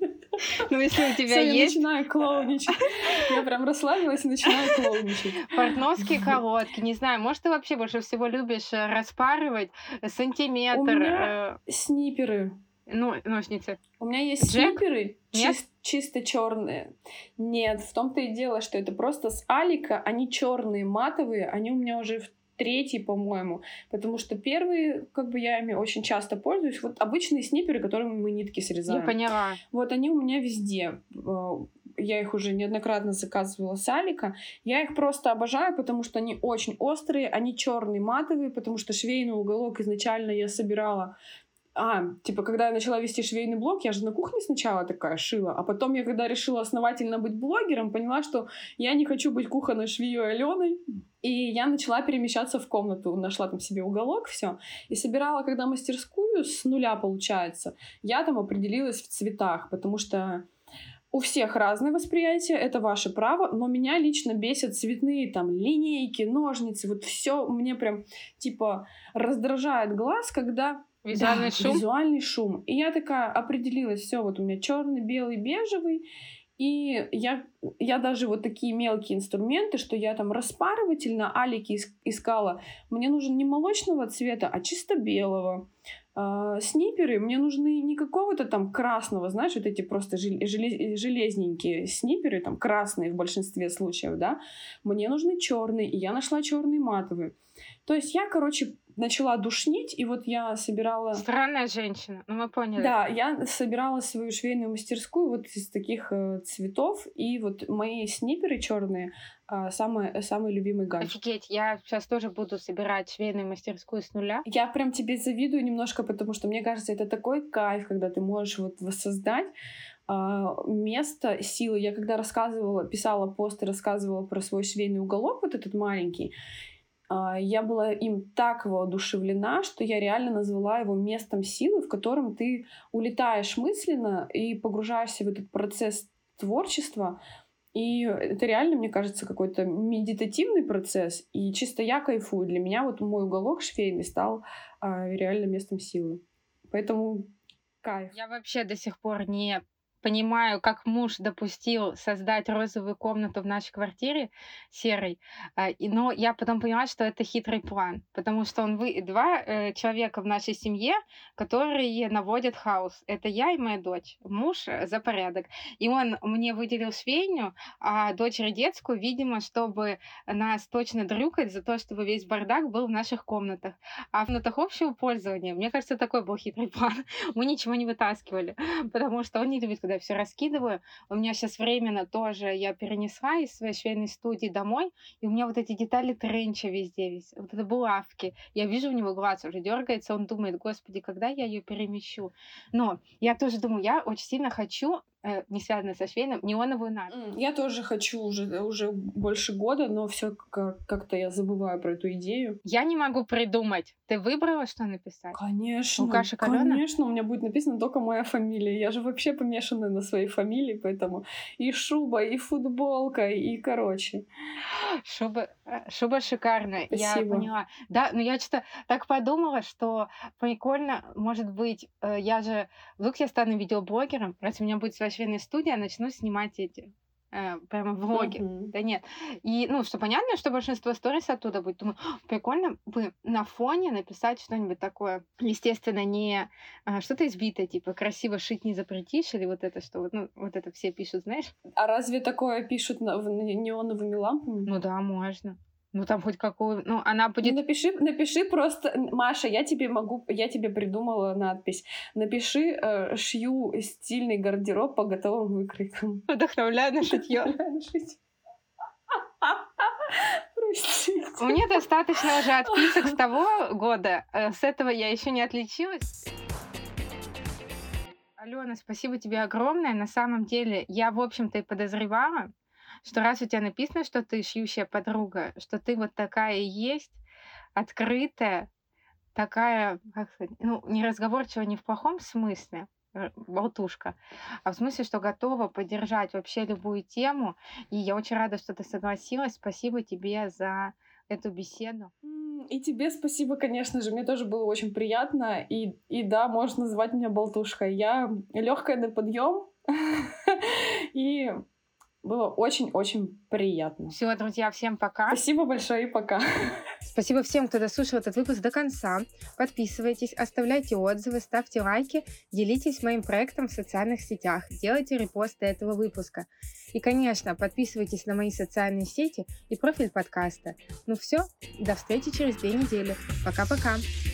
Ну, если у тебя Все, я есть начинаю клоуничать. Я прям расслабилась и начинаю клоуничать. портновские колодки, не знаю, может, ты вообще больше всего любишь э, распарывать э, У сантиметр, меня э, сниперы. ну, ножницы. У меня есть Джек? сниперы Нет? чис- чисто черные. Нет, в том-то и дело, что это просто с Алика. Они черные, матовые. Они у меня уже в третий, по-моему. Потому что первые, как бы я ими очень часто пользуюсь. Вот обычные сниперы, которыми мы нитки Я срезаем. поняла. Вот они у меня везде. Э, Я их уже неоднократно заказывала с Алика. Я их просто обожаю, потому что они очень острые, они черные, матовые, потому что швейный уголок изначально я собирала. А, типа, когда я начала вести швейный блог, я же на кухне сначала такая шила, а потом я, когда решила основательно быть блогером, поняла, что я не хочу быть кухонной швеей Аленой, и я начала перемещаться в комнату, нашла там себе уголок, все, и собирала, когда мастерскую с нуля получается, я там определилась в цветах, потому что у всех разное восприятие, это ваше право, но меня лично бесят цветные там линейки, ножницы, вот все мне прям типа раздражает глаз, когда Визуальный да, шум. визуальный шум. И я такая определилась, все, вот у меня черный, белый, бежевый. И я, я даже вот такие мелкие инструменты, что я там распарыватель на Алике ис- искала, мне нужен не молочного цвета, а чисто белого. А, сниперы мне нужны не какого-то там красного, знаешь, вот эти просто жел- желез- железненькие сниперы, там красные в большинстве случаев, да. Мне нужны черные, и я нашла черный матовый. То есть я, короче, начала душнить, и вот я собирала... Странная женщина, ну мы поняли. Да, я собирала свою швейную мастерскую вот из таких э, цветов, и вот мои сниперы черные э, самый, самый любимый гаджет. Офигеть, я сейчас тоже буду собирать швейную мастерскую с нуля. Я прям тебе завидую немножко, потому что мне кажется, это такой кайф, когда ты можешь вот воссоздать а, место силы. Я когда рассказывала, писала пост и рассказывала про свой швейный уголок, вот этот маленький, а, я была им так воодушевлена, что я реально назвала его местом силы, в котором ты улетаешь мысленно и погружаешься в этот процесс творчества. И это реально, мне кажется, какой-то медитативный процесс. И чисто я кайфую. Для меня вот мой уголок швейный стал а, реально местом силы. Поэтому кайф. Я вообще до сих пор не понимаю, как муж допустил создать розовую комнату в нашей квартире серой, а, и, но я потом поняла, что это хитрый план, потому что он вы два э, человека в нашей семье, которые наводят хаос. Это я и моя дочь. Муж э, за порядок. И он мне выделил швейню, а дочери детскую, видимо, чтобы нас точно дрюкать за то, чтобы весь бардак был в наших комнатах. А в комнатах общего пользования, мне кажется, такой был хитрый план. Мы ничего не вытаскивали, потому что он не любит, когда я все раскидываю. У меня сейчас временно тоже я перенесла из своей швейной студии домой, и у меня вот эти детали тренча везде висят, вот это булавки. Я вижу, у него глаз уже дергается, он думает, господи, когда я ее перемещу. Но я тоже думаю, я очень сильно хочу, э, не связанное со швейным, неоновую надпись. М, Я тоже хочу уже, уже больше года, но все как-то я забываю про эту идею. Я не могу придумать. Ты выбрала, что написать? Конечно, Лукашек Алена? конечно, у меня будет написана только моя фамилия. Я же вообще помешана на своей фамилии, поэтому и шуба, и футболка, и короче. Шуба, э, шуба шикарная, я Спасибо. поняла. Да, но я что-то так подумала, что прикольно, может быть, э, я же... Вдруг я стану видеоблогером, раз у меня будет своя швейная студия, я начну снимать эти э, прямо влоги. Мгм. Да нет. И, ну, что понятно, что большинство сторис оттуда будет. Думаю, «А, прикольно бы на фоне написать что-нибудь такое. Естественно, не а, что-то избитое, типа красиво шить не запретишь, или вот это, что вот, ну, вот это все пишут, знаешь? А разве такое пишут на, в- не- неоновыми лампами? Ну да, можно. Ну там хоть какую... Ну, она Ну, будет... напиши, напиши просто, Н- Маша, я тебе могу, я тебе придумала надпись. Напиши, э, шью стильный гардероб по готовым выкройкам. Вдохновляю на шитьё. Шить. Простите. Мне достаточно уже отписок с того года. Э, С этого я еще не отличилась. Алена, спасибо тебе огромное. На самом деле, я, в общем-то, и подозревала, что раз у тебя написано, что ты шьющая подруга, что ты вот такая и есть, открытая, такая, как сказать, ну, неразговорчивая не в плохом смысле, э, болтушка, а в смысле, что готова поддержать вообще любую тему. И я очень рада, что ты согласилась. Спасибо тебе за эту беседу. М, И тебе спасибо, конечно же, мне тоже было очень приятно. И, и да, можно называть меня болтушкой. Я легкая на подъем. И было очень-очень приятно. Все, друзья, всем пока. Спасибо большое и пока. Спасибо всем, кто дослушал этот выпуск до конца. Подписывайтесь, оставляйте отзывы, ставьте лайки, делитесь моим проектом в социальных сетях, делайте репосты этого выпуска. И, конечно, подписывайтесь на мои социальные сети и профиль подкаста. Ну все, до встречи через две недели. Пока-пока.